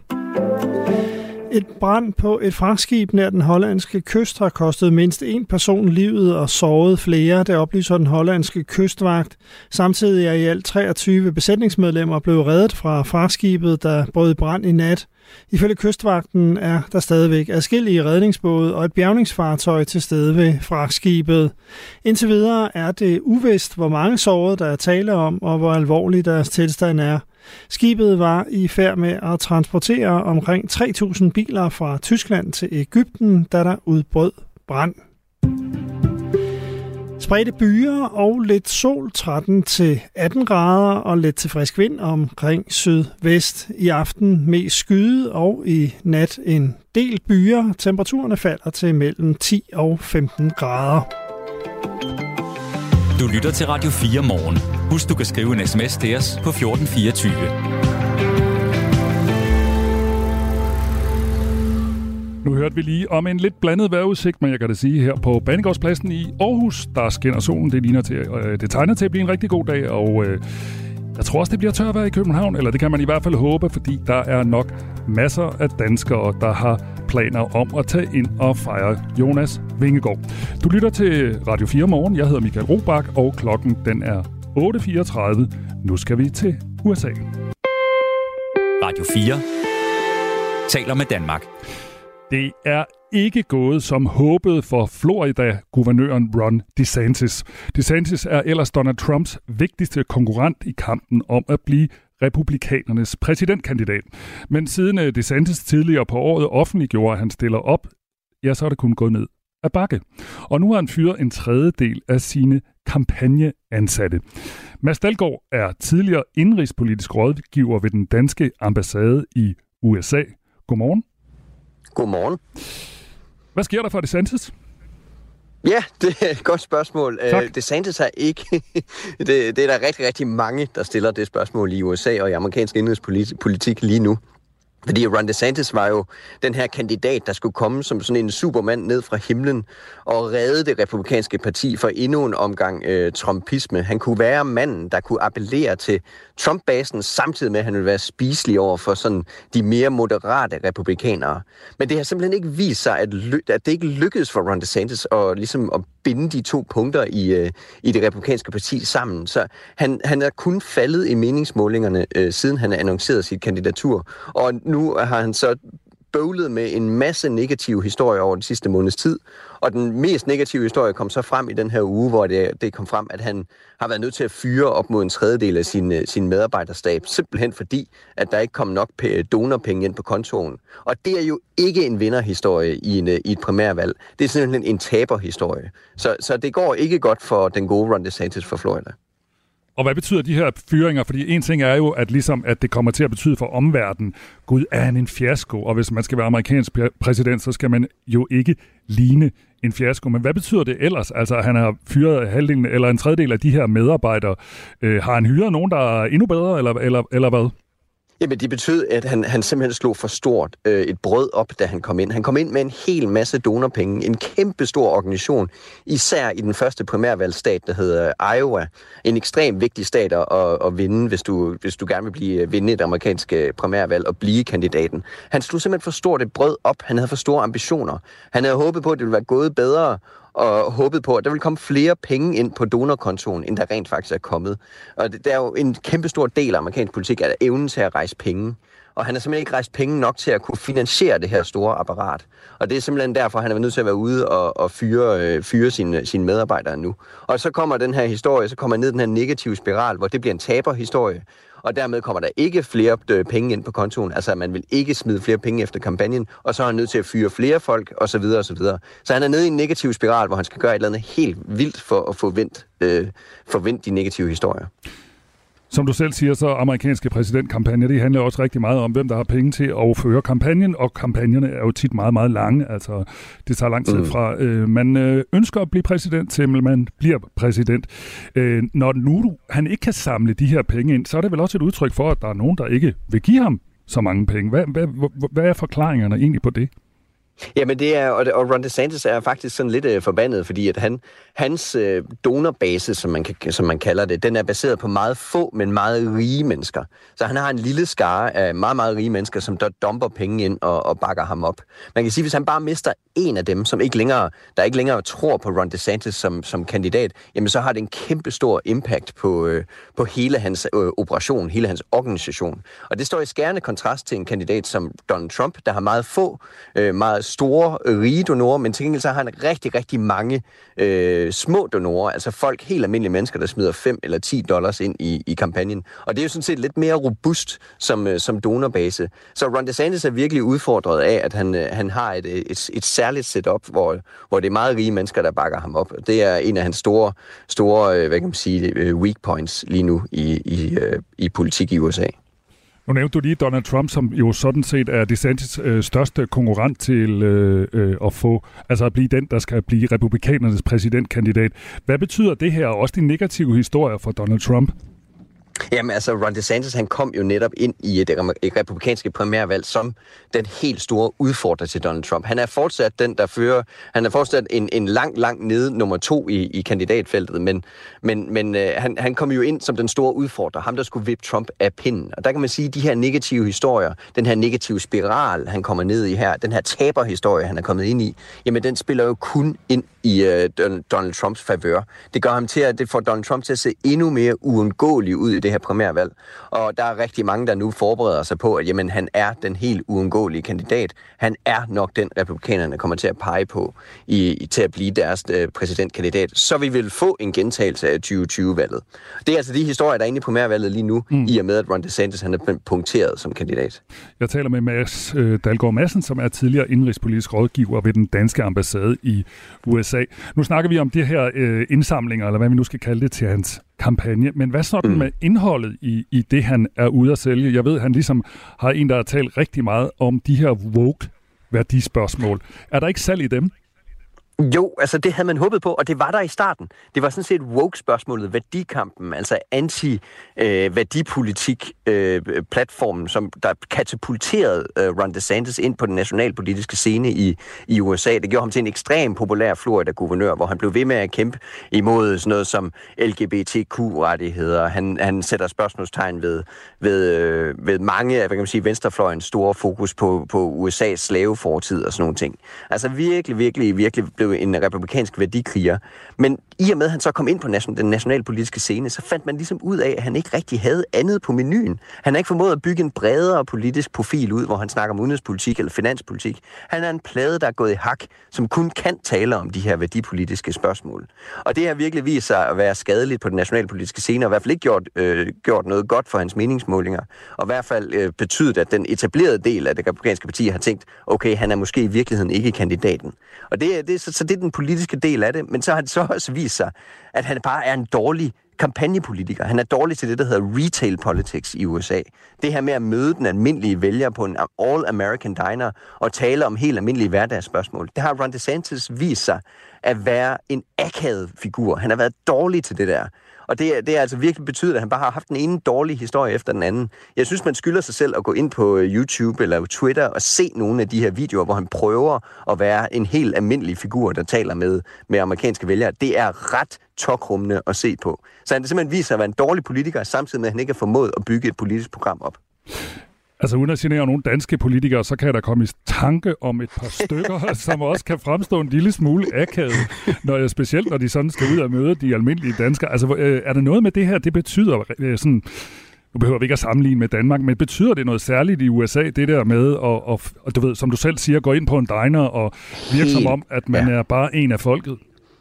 Et brand på et fragtskib nær den hollandske kyst har kostet mindst en person livet og såret flere, det oplyser den hollandske kystvagt. Samtidig er i alt treogtyve besætningsmedlemmer blevet reddet fra fragtskibet, der brød i brand i nat. Ifølge kystvagten er der stadigvæk adskillige redningsbåde og et bjergningsfartøj til stede ved fragtskibet. Indtil videre er det uvist, hvor mange sårede der er tale om, og hvor alvorlig deres tilstand er. Skibet var i færd med at transportere omkring tre tusind biler fra Tyskland til Egypten, da der udbrød brand. Spredte byer og lidt sol, tretten til atten grader og lidt til frisk vind omkring sydvest. I aften mest skyde og i nat en del byer. Temperaturerne falder til mellem ti og femten grader. Du lytter til Radio fire morgen. Husk, du kan skrive en sms til os på fjorten fireogtyve. Nu hørte vi lige om en lidt blandet vejrudsigt, men jeg kan da sige her på Banegårdspladsen i Aarhus, der skinner solen. Det ligner til, øh, det tegner til at blive en rigtig god dag, og øh, jeg tror også, det bliver tørvejr i København, eller det kan man i hvert fald håbe, fordi der er nok masser af danskere, der har planer om at tage ind og fejre Jonas Vingegaard. Du lytter til Radio fire morgen. Jeg hedder Michael Robach, og klokken den er otte fireogtredive. Nu skal vi til U S A. Radio fire taler med Danmark. Det er ikke gået som håbet for Florida-guvernøren Ron DeSantis. DeSantis er ellers Donald Trumps vigtigste konkurrent i kampen om at blive republikanernes præsidentkandidat. Men siden DeSantis tidligere på året offentliggjorde, at han stiller op ja, så er det kun gået ned ad bakke. Og nu har han fyret en tredjedel af sine kampagneansatte. Mads Dalgaard er tidligere indrigspolitisk rådgiver ved den danske ambassade i U S A. Godmorgen. Godmorgen. Hvad sker der for DeSantis? Ja, det er et godt spørgsmål. Tak. Uh, DeSantis er ikke... det, det er der rigtig, rigtig mange, der stiller det spørgsmål i U S A og i amerikansk indrigspolitik lige nu. Fordi Ron DeSantis var jo den her kandidat, der skulle komme som sådan en supermand ned fra himlen og redde det republikanske parti for endnu en omgang øh, trumpisme. Han kunne være manden, der kunne appellere til Trump-basen, samtidig med, at han ville være spiselig over for sådan de mere moderate republikanere. Men det har simpelthen ikke vist sig, at, ly- at det ikke lykkedes for Ron DeSantis at, ligesom at binde de to punkter i, øh, i det republikanske parti sammen. Så han, han er kun faldet i meningsmålingerne, øh, siden han annoncerede sit kandidatur. Og nu har han så bøvlet med en masse negative historier over den sidste måneds tid. Og den mest negative historie kom så frem i den her uge, hvor det, det kom frem, at han har været nødt til at fyre op mod en tredjedel af sin, sin medarbejderstab, simpelthen fordi, at der ikke kom nok donorpenge ind på kontoen. Og det er jo ikke en vinderhistorie i, en, i et primærvalg. Det er simpelthen en taberhistorie. Så, så det går ikke godt for den gode Ron DeSantis for Florida. Og hvad betyder de her fyringer? Fordi en ting er jo, at, ligesom, at det kommer til at betyde for omverdenen, gud, er han en fiasko? Og hvis man skal være amerikansk præsident, så skal man jo ikke ligne en fiasko. Men hvad betyder det ellers? Altså, han har fyret halvdelen eller en tredjedel af de her medarbejdere. Øh, har han hyret nogen, der er endnu bedre, eller, eller, eller hvad? Jamen, det betød, at han, han simpelthen slog for stort øh, et brød op, da han kom ind. Han kom ind med en hel masse donorpenge, en kæmpe stor organisation, især i den første primærvalgsstat, der hedder Iowa. En ekstremt vigtig stat at, at vinde, hvis du, hvis du gerne vil blive, vinde et amerikansk primærvalg og blive kandidaten. Han slog simpelthen for stort et brød op. Han havde for store ambitioner. Han havde håbet på, at det ville være gået bedre, og håbet på, at der vil komme flere penge ind på donorkontoen, end der rent faktisk er kommet. Og det, der er jo en kæmpestor del af amerikansk politik, at evnen til at rejse penge. Og han har simpelthen ikke rejst penge nok til at kunne finansiere det her store apparat. Og det er simpelthen derfor, han er nødt til at være ude og, og fyre, øh, fyre sine, sine medarbejdere nu. Og så kommer den her historie, så kommer ned den her negative spiral, hvor det bliver en taberhistorie. Og dermed kommer der ikke flere penge ind på kontoen. Altså, man vil ikke smide flere penge efter kampagnen, og så er han nødt til at fyre flere folk, osv. osv. Så han er nede i en negativ spiral, hvor han skal gøre et eller andet helt vildt for at få vendt, øh, få vendt de negative historier. Som du selv siger, så amerikanske præsidentkampagner, det handler også rigtig meget om, hvem der har penge til at føre kampagnen, og kampagnerne er jo tit meget, meget lange. Altså, det tager lang tid mm. fra, øh, man øh, ønsker at blive præsident, til man bliver præsident. Øh, når nu han ikke kan samle de her penge ind, så er det vel også et udtryk for, at der er nogen, der ikke vil give ham så mange penge. Hvad, hvad, hvad er forklaringerne egentlig på det? Jamen det er, og Ron DeSantis er faktisk sådan lidt øh, forbandet, fordi at han, hans øh, donorbase, som man, kan, som man kalder det, den er baseret på meget få, men meget rige mennesker. Så han har en lille skare af meget, meget rige mennesker, som der dumper penge ind og, og bakker ham op. Man kan sige, hvis han bare mister en af dem, som ikke længere, der ikke længere tror på Ron DeSantis som, som kandidat, jamen så har det en kæmpe stor impact på, øh, på hele hans øh, operation, hele hans organisation. Og det står i skærende kontrast til en kandidat som Donald Trump, der har meget få, øh, meget store, rige donorer, men til gengæld så har han rigtig, rigtig mange øh, små donorer, altså folk, helt almindelige mennesker, der smider fem eller ti dollars ind i, i kampagnen. Og det er jo sådan set lidt mere robust som, øh, som donorbase. Så Ron DeSantis er virkelig udfordret af, at han, øh, han har et, et, et særligt setup, hvor, hvor det er meget rige mennesker, der bakker ham op. Det er en af hans store, store øh, hvad kan man sige, øh, weak points lige nu i, i, øh, i politik i U S A. Nu nævnte du lige Donald Trump, som jo sådan set er DeSantis øh, største konkurrent til øh, øh, at få, altså at blive den, der skal blive republikanernes præsidentkandidat. Hvad betyder det her, og også de negative historier for Donald Trump? Jamen altså, Ron DeSantis, han kom jo netop ind i et, et republikanske primærvalg som den helt store udfordrer til Donald Trump. Han er fortsat den, der fører, han er fortsat en, en lang, lang nede nummer to i, i kandidatfeltet, men, men, men øh, han, han kom jo ind som den store udfordrer, ham der skulle vippe Trump af pinden. Og der kan man sige, at de her negative historier, den her negative spiral, han kommer ned i her, den her taberhistorie, han er kommet ind i, jamen den spiller jo kun ind i øh, Donald Trumps favør. Det gør ham til, at det får Donald Trump til at se endnu mere uundgåelig ud i det det her primærvalg. Og der er rigtig mange, der nu forbereder sig på, at jamen, han er den helt uundgåelige kandidat. Han er nok den, republikanerne kommer til at pege på i, til at blive deres øh, præsidentkandidat. Så vi vil få en gentagelse af tyve tyve-valget. Det er altså de historier, der er inde i primærvalget lige nu, mm. i og med, at Ron DeSantis han er punkteret som kandidat. Jeg taler med Mads øh, Dalgaard Madsen, som er tidligere indrigspolitisk rådgiver ved den danske ambassade i U S A. Nu snakker vi om de her øh, indsamlinger, eller hvad vi nu skal kalde det, til hans kampagne. Men hvad sådan mm. med indholdet i, i det, han er ude at sælge? Jeg ved, han ligesom har en, der har talt rigtig meget om de her woke-værdispørgsmål. Er der ikke salg i dem? Jo, altså det havde man håbet på, og det var der i starten. Det var sådan set woke-spørgsmålet, værdikampen, altså anti-værdipolitik-platformen, øh, som der katapulterede øh, Ron DeSantis ind på den nationalpolitiske scene i, i U S A. Det gjorde ham til en ekstrem populær Florida-guvernør, hvor han blev ved med at kæmpe imod sådan noget som L G B T Q-rettigheder. Han, han sætter spørgsmålstegn ved, ved, øh, ved mange af, hvad kan man sige, venstrefløjens store fokus på, på U S A's slavefortid og sådan nogle ting. Altså virkelig, virkelig, virkelig blev en republikansk værdikriger. Men i og med, at han så kom ind på nation, den nationalpolitiske scene, så fandt man ligesom ud af, at han ikke rigtig havde andet på menuen. Han har ikke formået at bygge en bredere politisk profil ud, hvor han snakker om udenrigspolitik eller finanspolitik. Han er en plade, der er gået i hak, som kun kan tale om de her værdipolitiske spørgsmål. Og det har virkelig vist sig at være skadeligt på den nationalpolitiske scene, og i hvert fald ikke gjort, øh, gjort noget godt for hans meningsmålinger. Og i hvert fald øh, betydet, at den etablerede del af det republikanske parti har tænkt, okay, han er måske i virkeligheden ikke kandidaten. Og det, det, så, så det er den politiske del af det, men så har det så også vist sig, at han bare er en dårlig kampagnepolitiker. Han er dårlig til det, der hedder retail politics i U S A. Det her med at møde den almindelige vælger på en all-American diner og tale om helt almindelige hverdagsspørgsmål. Det har Ron DeSantis vist sig at være en akavet figur. Han har været dårlig til det der. Og det, det er altså virkelig betydet, at han bare har haft den ene dårlige historie efter den anden. Jeg synes, man skylder sig selv at gå ind på YouTube eller Twitter og se nogle af de her videoer, hvor han prøver at være en helt almindelig figur, der taler med, med amerikanske vælgere. Det er ret tokrummende at se på. Så han simpelthen viser at være en dårlig politiker, samtidig med, at han ikke har formået at bygge et politisk program op. Altså uden at genere nogle danske politikere, så kan der komme i tanke om et par stykker, som også kan fremstå en lille smule akavet, når jeg, specielt når de sådan skal ud og møde de almindelige danskere. Altså øh, er der noget med det her, det betyder øh, sådan, nu behøver vi ikke at sammenligne med Danmark, men betyder det noget særligt i U S A, det der med, og, og, og du ved, som du selv siger, gå ind på en diner og virke som om, at man ja. er bare en af folket?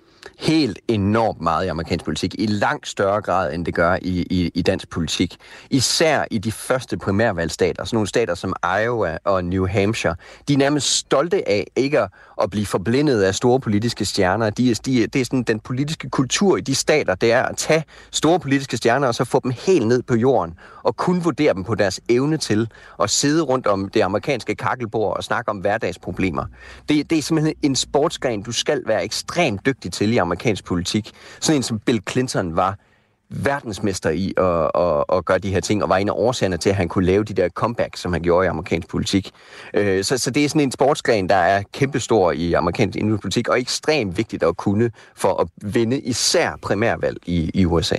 Helt enormt meget i amerikansk politik, i langt større grad, end det gør i, i, i dansk politik. Især i de første primærvalgstater, sådan nogle stater som Iowa og New Hampshire. De er nærmest stolte af ikke at blive forblindet af store politiske stjerner. De, de, det er sådan den politiske kultur i de stater, det er at tage store politiske stjerner og så få dem helt ned på jorden og kun vurdere dem på deres evne til at sidde rundt om det amerikanske kakkelbord og snakke om hverdagsproblemer. Det, det er simpelthen en sportsgren, du skal være ekstremt dygtig til i amerikansk politik. Sådan en som Bill Clinton var verdensmester i at, at, at gøre de her ting, og var en af årsagerne til, at han kunne lave de der comebacks, som han gjorde i amerikansk politik. Så, så det er sådan en sportsgren, der er kæmpestor i amerikansk indrigspolitik, og ekstremt vigtigt at kunne for at vinde især primærvalg i, i U S A.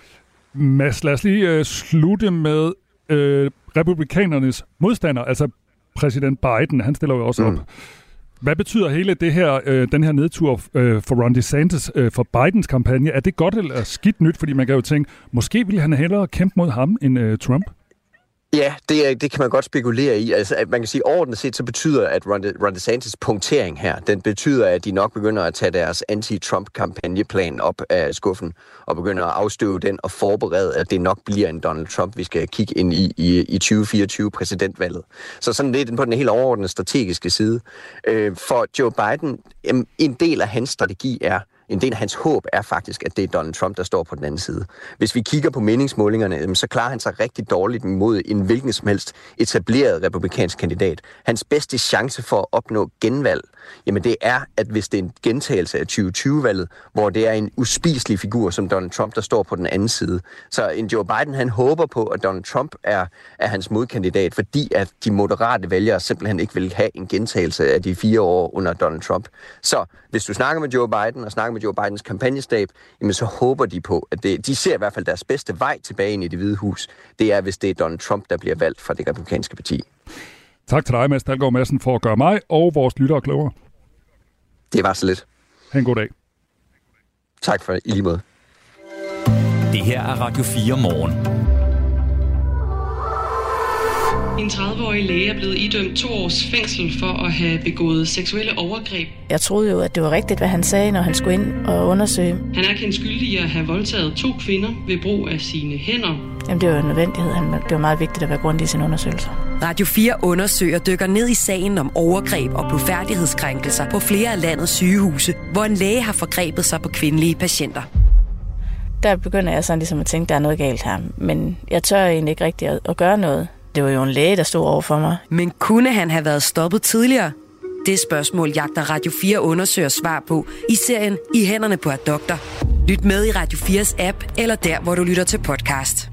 Mads, lad os lige uh, slutte med uh, republikanernes modstander, altså præsident Biden. Han stiller jo også mm. op. Hvad betyder hele det her, øh, den her nedtur øh, for Ron DeSantis øh, for Bidens kampagne? Er det godt eller skidt nyt? Fordi man kan jo tænke, måske ville han hellere kæmpe mod ham end øh, Trump? Ja, det, det kan man godt spekulere i. Altså, at man kan sige, overordnet set, så betyder, at Ron, De, Ron DeSantis punktering her, den betyder, at de nok begynder at tage deres anti-Trump-kampagneplan op af skuffen, og begynder at afstøve den og forberede, at det nok bliver en Donald Trump, vi skal kigge ind i i, i tyve fireogtyve præsidentvalget. Så sådan lidt på den helt overordnede strategiske side. Øh, for Joe Biden, en del af hans strategi er, en del af hans håb er faktisk, at det er Donald Trump, der står på den anden side. Hvis vi kigger på meningsmålingerne, så klarer han sig rigtig dårligt mod en hvilken som helst etableret republikansk kandidat. Hans bedste chance for at opnå genvalg, jamen det er, at hvis det er en gentagelse af tyve tyve-valget, hvor det er en uspiselig figur som Donald Trump, der står på den anden side. Så en Joe Biden, han håber på, at Donald Trump er, er hans modkandidat, fordi at de moderate vælgere simpelthen ikke vil have en gentagelse af de fire år under Donald Trump. Så hvis du snakker med Joe Biden og snakker med Joe Bidens kampagnestab, jamen så håber de på, at det, de ser i hvert fald deres bedste vej tilbage ind i Det Hvide Hus. Det er, hvis det er Donald Trump, der bliver valgt fra det republikanske parti. Tak til dig, Mads Dalgaard Madsen, for at gøre mig og vores lyttere klogere. Det var så lidt. Ha' en god dag. Tak for det, i lige måde. Det her er Radio fire morgen. tredive-årig læge er blevet idømt to års fængsel for at have begået seksuelle overgreb. Jeg troede jo, at det var rigtigt, hvad han sagde, når han skulle ind og undersøge. Han er kendt skyldig i at have voldtaget to kvinder ved brug af sine hænder. Jamen, det var jo en nødvendighed. Det var meget vigtigt at være grundig i sine undersøgelser. Radio fire undersøger dykker ned i sagen om overgreb og blufærdighedskrænkelser på flere af landets sygehuse, hvor en læge har forgrebet sig på kvindelige patienter. Der begynder jeg sådan ligesom at tænke, at der er noget galt her. Men jeg tør egentlig ikke rigtig at, at gøre noget. Det var jo en læge, der stod over for mig. Men kunne han have været stoppet tidligere? Det spørgsmål jagter Radio fire undersøger svar på i serien I hænderne på et doktor. Lyt med i Radio fires app eller der, hvor du lytter til podcast.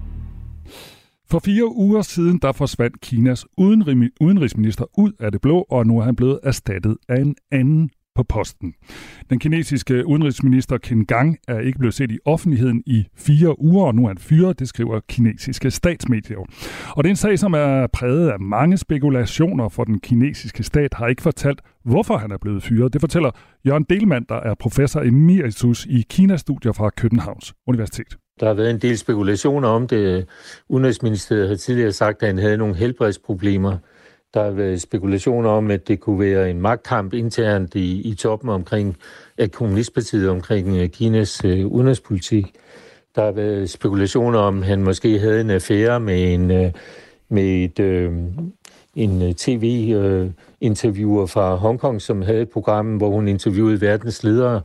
For fire uger siden, der forsvandt Kinas udenrigsminister ud af det blå, og nu er han blevet erstattet af en anden på posten. Den kinesiske udenrigsminister Qin Gang er ikke blevet set i offentligheden i fire uger, og nu er han fyret, det skriver kinesiske statsmedier. Og det er en sag, som er præget af mange spekulationer, for den kinesiske stat har ikke fortalt, hvorfor han er blevet fyret. Det fortæller Jørgen Delmann, der er professor emeritus i Kina-studier fra Københavns Universitet. Der har været en del spekulationer om det. Udenrigsministeriet har tidligere sagt, at han havde nogle helbredsproblemer. Der har været spekulationer om, at det kunne være en magtkamp internt i, i toppen omkring af kommunistpartiet, omkring Kinas øh, udenrigspolitik. Der har været spekulationer om, at han måske havde en affære med en, øh, med et, øh, en tv-interviewer øh, fra Hongkong, som havde et program, hvor hun interviewede verdens ledere.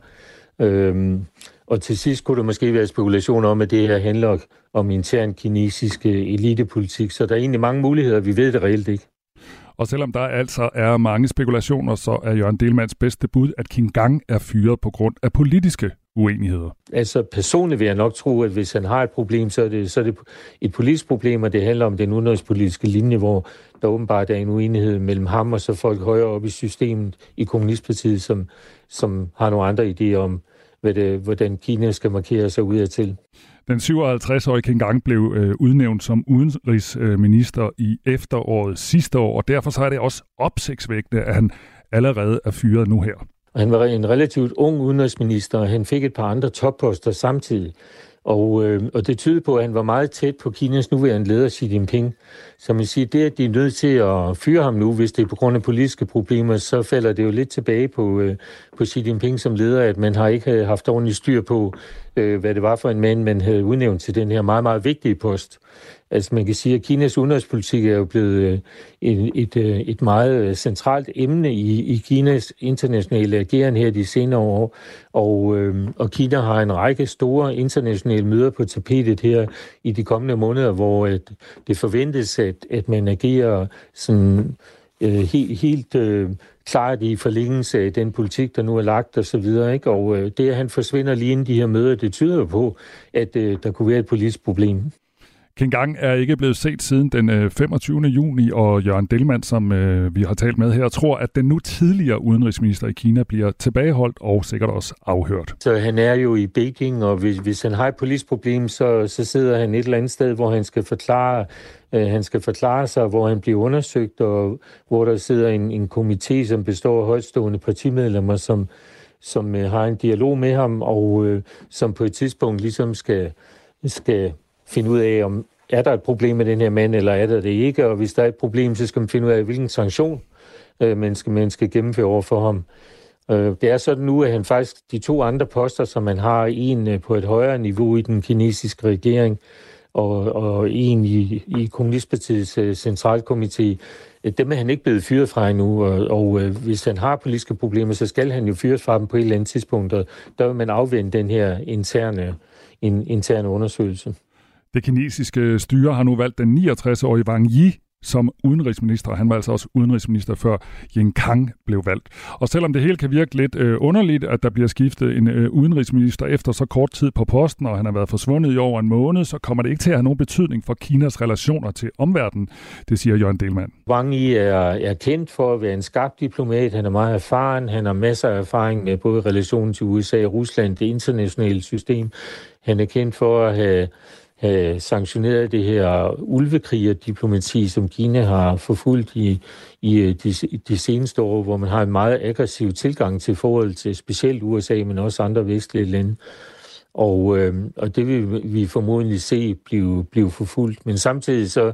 Øh, og til sidst kunne der måske være spekulationer om, at det her handler om intern kinesisk elitepolitik. Så der er egentlig mange muligheder, vi ved det reelt ikke. Og selvom der altså er mange spekulationer, så er Jørgen Delmanns bedste bud, at Qin Gang er fyret på grund af politiske uenigheder. Altså personligt vil jeg nok tro, at hvis han har et problem, så er det, så er det et politisk problem, og det handler om den udenrigspolitiske linje, hvor der åbenbart er en uenighed mellem ham og så folk højere op i systemet i kommunistpartiet, som, som har nogle andre idéer om, hvad det, hvordan Kina skal markere sig udadtil. Den syvoghalvtreds-årige Qin Gang blev øh, udnævnt som udenrigsminister i efteråret sidste år, og derfor så er det også opsigtsvækkende, at han allerede er fyret nu her. Han var en relativt ung udenrigsminister, og han fik et par andre topposter samtidig. Og, øh, og det tyder på, at han var meget tæt på Kinas nuværende leder, Xi Jinping. Så man siger, det at de er nødt til at fyre ham nu, hvis det er på grund af politiske problemer, så falder det jo lidt tilbage på, øh, på Xi Jinping som leder, at man har ikke haft ordentligt styr på, øh, hvad det var for en mand, man havde udnævnt til den her meget, meget vigtige post. Altså man kan sige, at Kinas udenrigspolitik er jo blevet et, et, et meget centralt emne i, i Kinas internationale ageren her de senere år. Og, øh, og Kina har en række store internationale møder på tapetet her i de kommende måneder, hvor at det forventes, at, at man agerer sådan, øh, helt, helt øh, klart i forlængelse af den politik, der nu er lagt og så videre. Ikke? Og øh, det, at han forsvinder lige inden de her møder, det tyder på, at øh, der kunne være et politisk problem. Qin Gang er ikke blevet set siden den femogtyvende juni, og Jørgen Delmann, som øh, vi har talt med her, tror, at den nu tidligere udenrigsminister i Kina bliver tilbageholdt og sikkert også afhørt. Så han er jo i Beijing, og hvis, hvis han har et politisk problem, så, så sidder han et eller andet sted, hvor han skal forklare, øh, han skal forklare sig, hvor han bliver undersøgt, og hvor der sidder en, en komité, som består af højtstående partimedlemmer, som, som øh, har en dialog med ham, og øh, som på et tidspunkt ligesom skal, skal finde ud af, om er der et problem med den her mand, eller er der det ikke, og hvis der er et problem, så skal man finde ud af, hvilken sanktion øh, man, skal, man skal gennemføre over for ham. Øh, det er sådan nu, at han faktisk, de to andre poster, som man har, en øh, på et højere niveau i den kinesiske regering, og, og en i, i Kommunistpartiets øh, centralkomité, øh, dem er han ikke blevet fyret fra endnu, og, og øh, hvis han har politiske problemer, så skal han jo fyres fra dem på et eller andet tidspunkt, og der vil man afvente den her interne, in, interne undersøgelse. Det kinesiske styre har nu valgt den niogtres-årige Wang Yi som udenrigsminister. Han var altså også udenrigsminister før Qin Gang blev valgt. Og selvom det hele kan virke lidt øh, underligt, at der bliver skiftet en øh, udenrigsminister efter så kort tid på posten, og han har været forsvundet i over en måned, så kommer det ikke til at have nogen betydning for Kinas relationer til omverdenen. Det siger Jørgen Delmann. Wang Yi er, er kendt for at være en skarp diplomat. Han er meget erfaren. Han har masser af erfaring med både relationen til U S A og Rusland, det internationale system. Han er kendt for at have have sanktioneret det her ulvekrigerdiplomati, som Kina har forfulgt i, i de, de seneste år, hvor man har en meget aggressiv tilgang til forhold til specielt U S A, men også andre vestlige lande. Og, øh, og det vil vi formodentlig se blive, blive forfulgt. Men samtidig så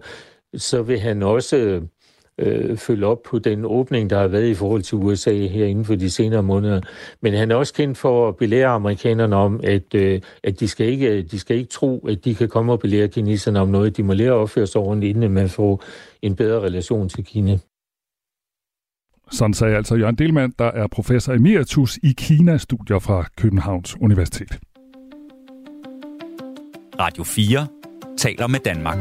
så vil han også øh, følge op på den åbning, der har været i forhold til U S A her inden for de senere måneder. Men han er også kendt for at belære amerikanerne om, at, øh, at de, skal ikke, de skal ikke tro, at de kan komme og belære kineserne om noget. De må lære at opføre sig ordentligt, inden man får en bedre relation til Kina. Sådan sagde altså Jørgen Delmann, der er professor emeritus i Kina-studier fra Københavns Universitet. Radio fire taler med Danmark.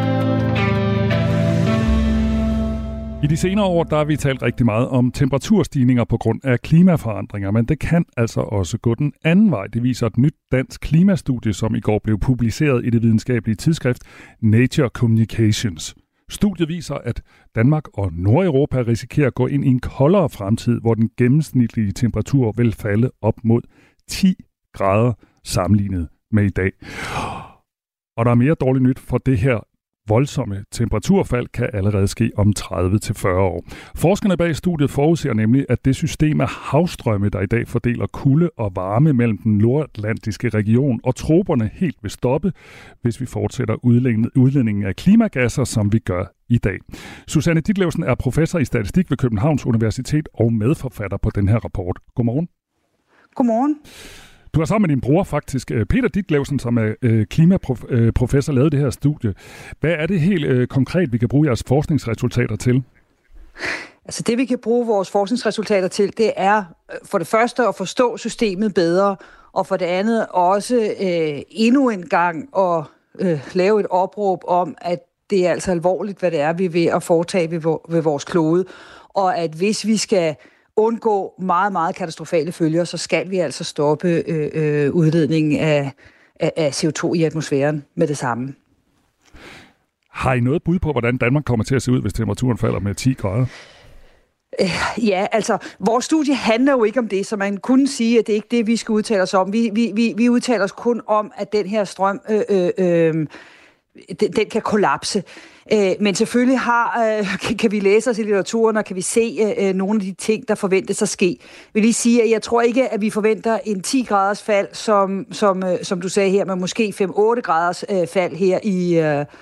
I de senere år der har vi talt rigtig meget om temperaturstigninger på grund af klimaforandringer, men det kan altså også gå den anden vej. Det viser et nyt dansk klimastudie, som i går blev publiceret i det videnskabelige tidsskrift Nature Communications. Studiet viser, at Danmark og Nordeuropa risikerer at gå ind i en koldere fremtid, hvor den gennemsnitlige temperatur vil falde op mod ti grader sammenlignet med i dag. Og der er mere dårligt nyt, for det her voldsomme temperaturfald kan allerede ske om tredive til fyrre år. Forskerne bag studiet forudser nemlig, at det system af havstrømme, der i dag fordeler kulde og varme mellem den nordatlantiske region og troperne, helt vil stoppe, hvis vi fortsætter udledningen af klimagasser, som vi gør i dag. Susanne Ditlevsen er professor i statistik ved Københavns Universitet og medforfatter på den her rapport. Godmorgen. Godmorgen. Du har sammen med din bror faktisk, Peter Ditlevsen, som er øh, klimaprofessor, lavet det her studie. Hvad er det helt øh, konkret, vi kan bruge jeres forskningsresultater til? Altså det, vi kan bruge vores forskningsresultater til, det er for det første at forstå systemet bedre, og for det andet også øh, endnu en gang at øh, lave et opråb om, at det er altså alvorligt, hvad det er, vi er ved at foretage ved, ved vores klode, og at hvis vi skal undgå meget, meget katastrofale følger, så skal vi altså stoppe øh, øh, udledningen af, af, af C O to i atmosfæren med det samme. Har I noget bud på, hvordan Danmark kommer til at se ud, hvis temperaturen falder med ti grader? Øh, ja, altså, vores studie handler jo ikke om det, så man kunne sige, at det er ikke det, vi skal udtale os om. Vi, vi, vi, vi udtaler os kun om, at den her strøm, øh, øh, øh, den, den kan kollapse. Men selvfølgelig har, kan vi læse os i litteraturen, og kan vi se nogle af de ting, der forventes at ske. Jeg vil lige sige, at jeg tror ikke, at vi forventer en ti graders fald, som, som, som du sagde her, men måske fem otte graders fald her i,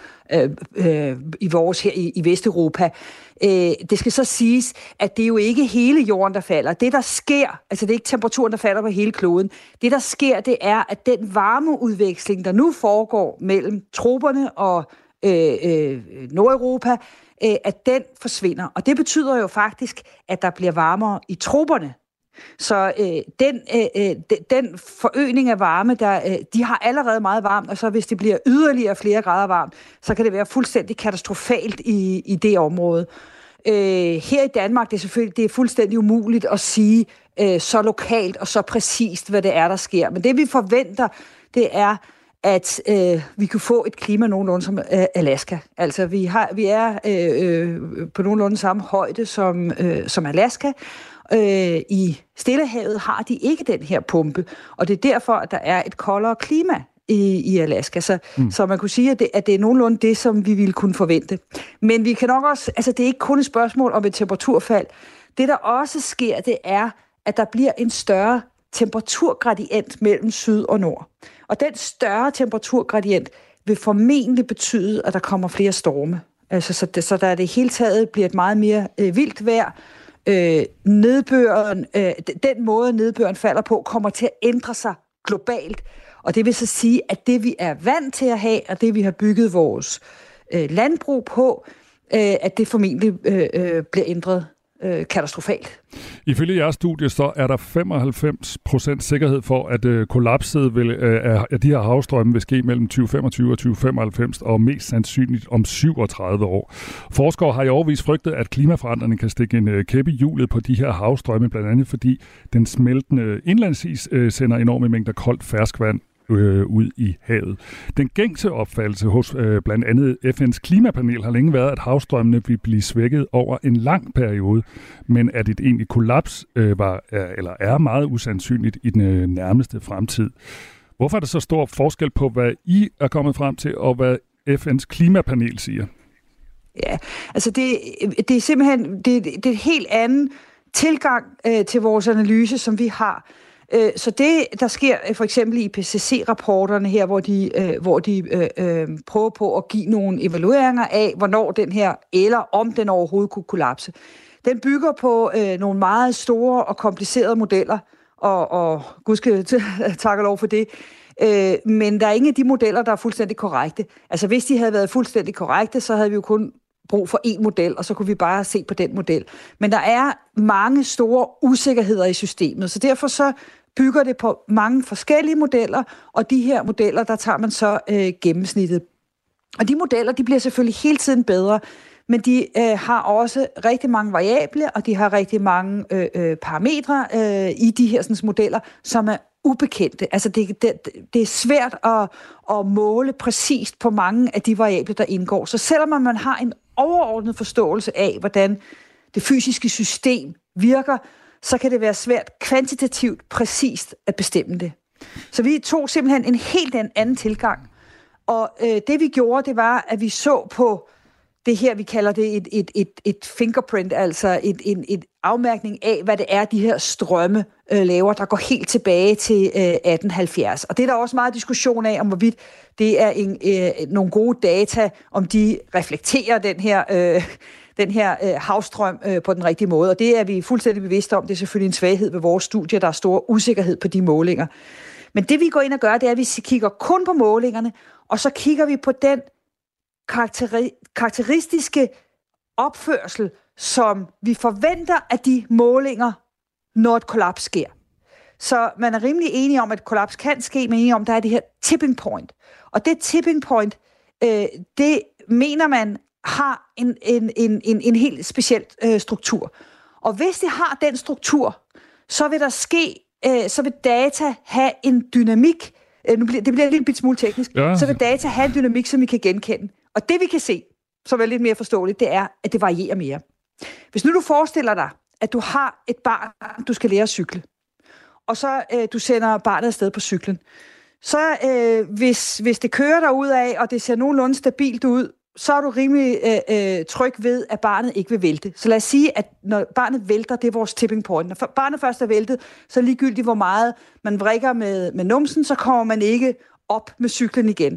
i vores her i, i Vesteuropa. Det skal så siges, at det er jo ikke hele jorden, der falder. Det, der sker, altså det er ikke temperaturen, der falder på hele kloden. Det, der sker, det er, at den varmeudveksling, der nu foregår mellem troperne og Øh, øh, Nordeuropa, øh, at den forsvinder. Og det betyder jo faktisk, at der bliver varmere i troperne. Så øh, den, øh, den forøgning af varme, der, øh, de har allerede meget varmt, og så hvis det bliver yderligere flere grader varmt, så kan det være fuldstændig katastrofalt i, i det område. Øh, her i Danmark, det er selvfølgelig det er fuldstændig umuligt at sige øh, så lokalt og så præcist, hvad det er, der sker. Men det vi forventer, det er, at øh, vi kan få et klima nogenlunde som øh, Alaska. Altså, vi, har, vi er øh, på nogenlunde samme højde som, øh, som Alaska. Øh, I Stillehavet har de ikke den her pumpe, og det er derfor, at der er et koldere klima i, i Alaska. Så, mm. så man kunne sige, at det, at det er nogenlunde det, som vi ville kunne forvente. Men vi kan nok også, altså det er ikke kun et spørgsmål om et temperaturfald. Det, der også sker, det er, at der bliver en større temperaturgradient mellem syd og nord. Og den større temperaturgradient vil formentlig betyde, at der kommer flere storme. Altså, så, det, så der det hele taget bliver et meget mere øh, vildt vejr. Øh, nedbøren, øh, den måde, nedbøren falder på, kommer til at ændre sig globalt. Og det vil så sige, at det, vi er vant til at have, og det, vi har bygget vores øh, landbrug på, øh, at det formentlig øh, øh, bliver ændret øh, katastrofalt. Ifølge jeres studie, så er der femoghalvfems procent sikkerhed for, at øh, kollapset vil, øh, af de her havstrømme vil ske mellem tyve femogtyve og tyve femoghalvfems, og mest sandsynligt om syvogtredive år. Forskere har i årevis frygtet, at klimaforandringen kan stikke en øh, kæppe i hjulet på de her havstrømme, blandt andet fordi den smeltende indlandsis øh, sender enorme mængder koldt ferskvand øh, ud i havet. Den gængse opfattelse hos øh, blandt andet F N's klimapanel har længe været, at havstrømmene vil blive svækket over en lang periode, men at et egentligt kollaps øh, var, er, eller er meget usandsynligt i den øh, nærmeste fremtid. Hvorfor er der så stor forskel på, hvad I er kommet frem til, og hvad F N's klimapanel siger? Ja, altså det, det er simpelthen det, det er et helt anden tilgang øh, til vores analyse, som vi har. Øh, så det, der sker for eksempel i I P C C-rapporterne her, hvor de, øh, hvor de øh, øh, prøver på at give nogle evalueringer af, hvornår den her, eller om den overhovedet kunne kollapse. Den bygger på øh, nogle meget store og komplicerede modeller, og, og gud skal tak og lov for det. Øh, men der er ingen af de modeller, der er fuldstændig korrekte. Altså hvis de havde været fuldstændig korrekte, så havde vi jo kun brug for én model, og så kunne vi bare se på den model. Men der er mange store usikkerheder i systemet, så derfor så bygger det på mange forskellige modeller, og de her modeller, der tager man så øh, gennemsnittet. Og de modeller, de bliver selvfølgelig hele tiden bedre, men de øh, har også rigtig mange variable, og de har rigtig mange øh, øh, parametre øh, i de her sådan, modeller, som er ubekendte. Altså det, det, det er svært at, at måle præcist på mange af de variable, der indgår. Så selvom man har en overordnet forståelse af, hvordan det fysiske system virker, så kan det være svært kvantitativt præcist at bestemme det. Så vi tog simpelthen en helt anden tilgang. Og øh, det vi gjorde, det var, at vi så på det her, vi kalder det et, et, et, et fingerprint, altså et, en et afmærkning af, hvad det er, de her strømme øh, laver, der går helt tilbage til øh, atten halvfjerds. Og det er der også meget diskussion af, om hvorvidt det er en, øh, nogle gode data, om de reflekterer den her, øh, den her øh, havstrøm øh, på den rigtige måde. Og det er vi fuldstændig bevidste om. Det er selvfølgelig en svaghed ved vores studie. Der er stor usikkerhed på de målinger. Men det vi går ind og gør, det er, at vi kigger kun på målingerne, og så kigger vi på den karakteri- karakteristiske opførsel, som vi forventer af de målinger, når et kollaps sker. Så man er rimelig enige om, at et kollaps kan ske, men enige om, at der er det her tipping point. Og det tipping point, øh, det mener man har en, en, en, en, en helt speciel øh, struktur. Og hvis det har den struktur, så vil der ske, øh, så vil data have en dynamik. Øh, nu bliver, det bliver en lille smule teknisk. Ja. Så vil data have en dynamik, som vi kan genkende. Og det vi kan se, som er lidt mere forståeligt, det er, at det varierer mere. Hvis nu du forestiller dig, at du har et barn, du skal lære at cykle, og så øh, du sender barnet afsted på cyklen, så øh, hvis, hvis det kører derudad, og det ser nogenlunde stabilt ud, så er du rimelig øh, øh, tryg ved, at barnet ikke vil vælte. Så lad os sige, at når barnet vælter, det er vores tipping point. Når barnet først er væltet, så ligegyldigt hvor meget man vrikker med, med numsen, så kommer man ikke op med cyklen igen.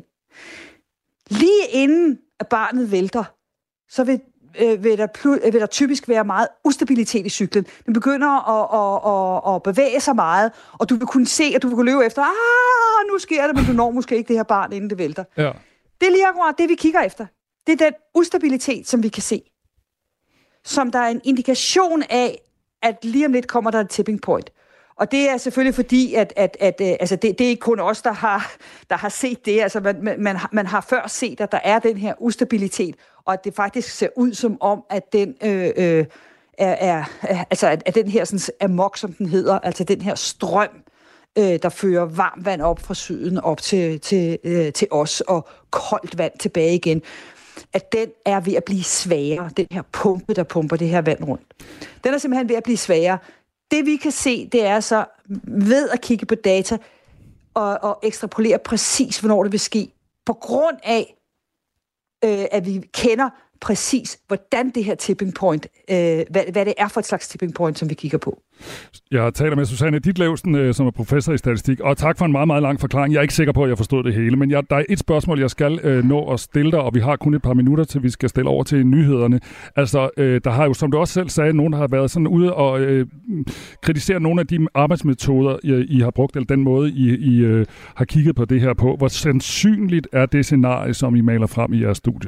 Lige inden at barnet vælter, så vil, øh, vil, der, pl- vil der typisk være meget ustabilitet i cyklen. Den begynder at, at, at, at bevæge sig meget, og du vil kunne se, at du vil kunne løbe efter, ah, nu sker det, men du når måske ikke det her barn, inden det vælter. Ja. Det er lige akkurat det, vi kigger efter. Det er den ustabilitet, som vi kan se. Som der er en indikation af, at lige om lidt kommer der et tipping point. Og det er selvfølgelig fordi, at, at, at, at altså det, det er ikke kun os, der har, der har set det. Altså man, man, man har før set, at der er den her ustabilitet, og at det faktisk ser ud som om, at den øh, øh, er, er, altså at, at den her sådan, amok, som den hedder, altså den her strøm, øh, der fører varmt vand op fra syden op til, til, øh, til os, og koldt vand tilbage igen, at den er ved at blive svagere, den her pumpe, der pumper det her vand rundt. Den er simpelthen ved at blive svagere. Det vi kan se, det er så ved at kigge på data og, og ekstrapolere præcis, hvornår det vil ske, på grund af, øh, at vi kender præcis, hvordan det her tipping point, øh, hvad, hvad det er for et slags tipping point, som vi kigger på. Jeg taler med Susanne Ditlevsen, som er professor i statistik, og tak for en meget, meget lang forklaring. Jeg er ikke sikker på, at jeg forstod det hele, men jeg, der er et spørgsmål, jeg skal øh, nå at stille dig, og vi har kun et par minutter, til vi skal stille over til nyhederne. Altså, øh, der har jo, som du også selv sagde, nogen der har været sådan ude og øh, kritisere nogle af de arbejdsmetoder, I, I har brugt, eller den måde, I, I øh, har kigget på det her på. Hvor sandsynligt er det scenarie, som I maler frem i jeres studie?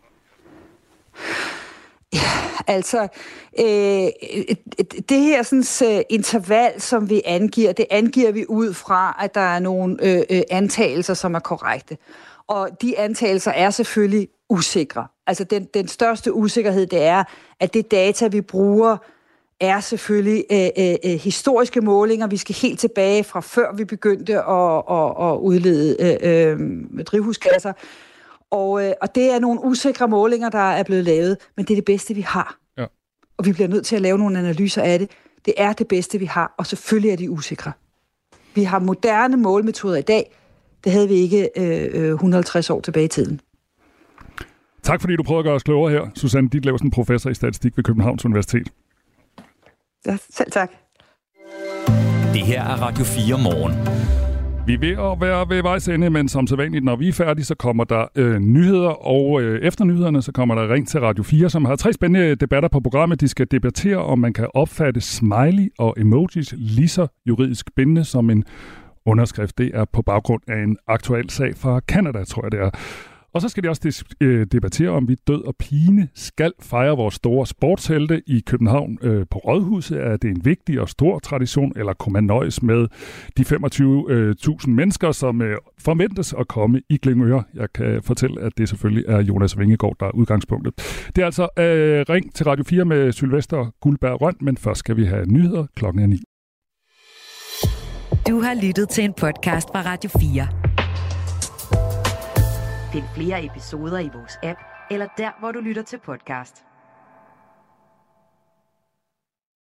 Ja, altså, øh, det her sådan, uh, interval, som vi angiver, det angiver vi ud fra, at der er nogle øh, antagelser, som er korrekte. Og de antagelser er selvfølgelig usikre. Altså, den, den største usikkerhed, det er, at det data, vi bruger, er selvfølgelig øh, øh, historiske målinger. Vi skal helt tilbage fra før vi begyndte at, at, at udlede øh, øh, drivhusgasser. Og, øh, og det er nogle usikre målinger, der er blevet lavet, men det er det bedste, vi har. Ja. Og vi bliver nødt til at lave nogle analyser af det. Det er det bedste, vi har, og selvfølgelig er de usikre. Vi har moderne målemetoder i dag. Det havde vi ikke øh, et hundrede og halvtreds år tilbage i tiden. Tak fordi du prøvede at gøre os klogere her. Susanne Ditlevsen, professor i statistik ved Københavns Universitet. Ja, selv tak. Det her er Radio fire morgen. Vi er ved at være ved vejs ende, men som sædvanligt, når vi er færdige, så kommer der øh, nyheder, og øh, efter nyhederne, så kommer der ring til Radio fire, som har tre spændende debatter på programmet. De skal debattere, om man kan opfatte smiley og emojis lige så juridisk bindende som en underskrift. Det er på baggrund af en aktuel sag fra Canada, tror jeg det er. Og så skal de også dis- øh, debattere, om vi død og pine skal fejre vores store sportshelte i København øh, på Rådhuset. Er det en vigtig og stor tradition, eller kunne man nøjes med de femogtyve tusind mennesker, som øh, forventes at komme i Glyngøre? Jeg kan fortælle, at det selvfølgelig er Jonas Vingegaard, der er udgangspunktet. Det er altså øh, ring til Radio fire med Sylvester Guldberg Røn, men først skal vi have nyheder. Klokken er ni. Du har lyttet til en podcast fra Radio fire. Find flere episoder i vores app, eller der, hvor du lytter til podcast.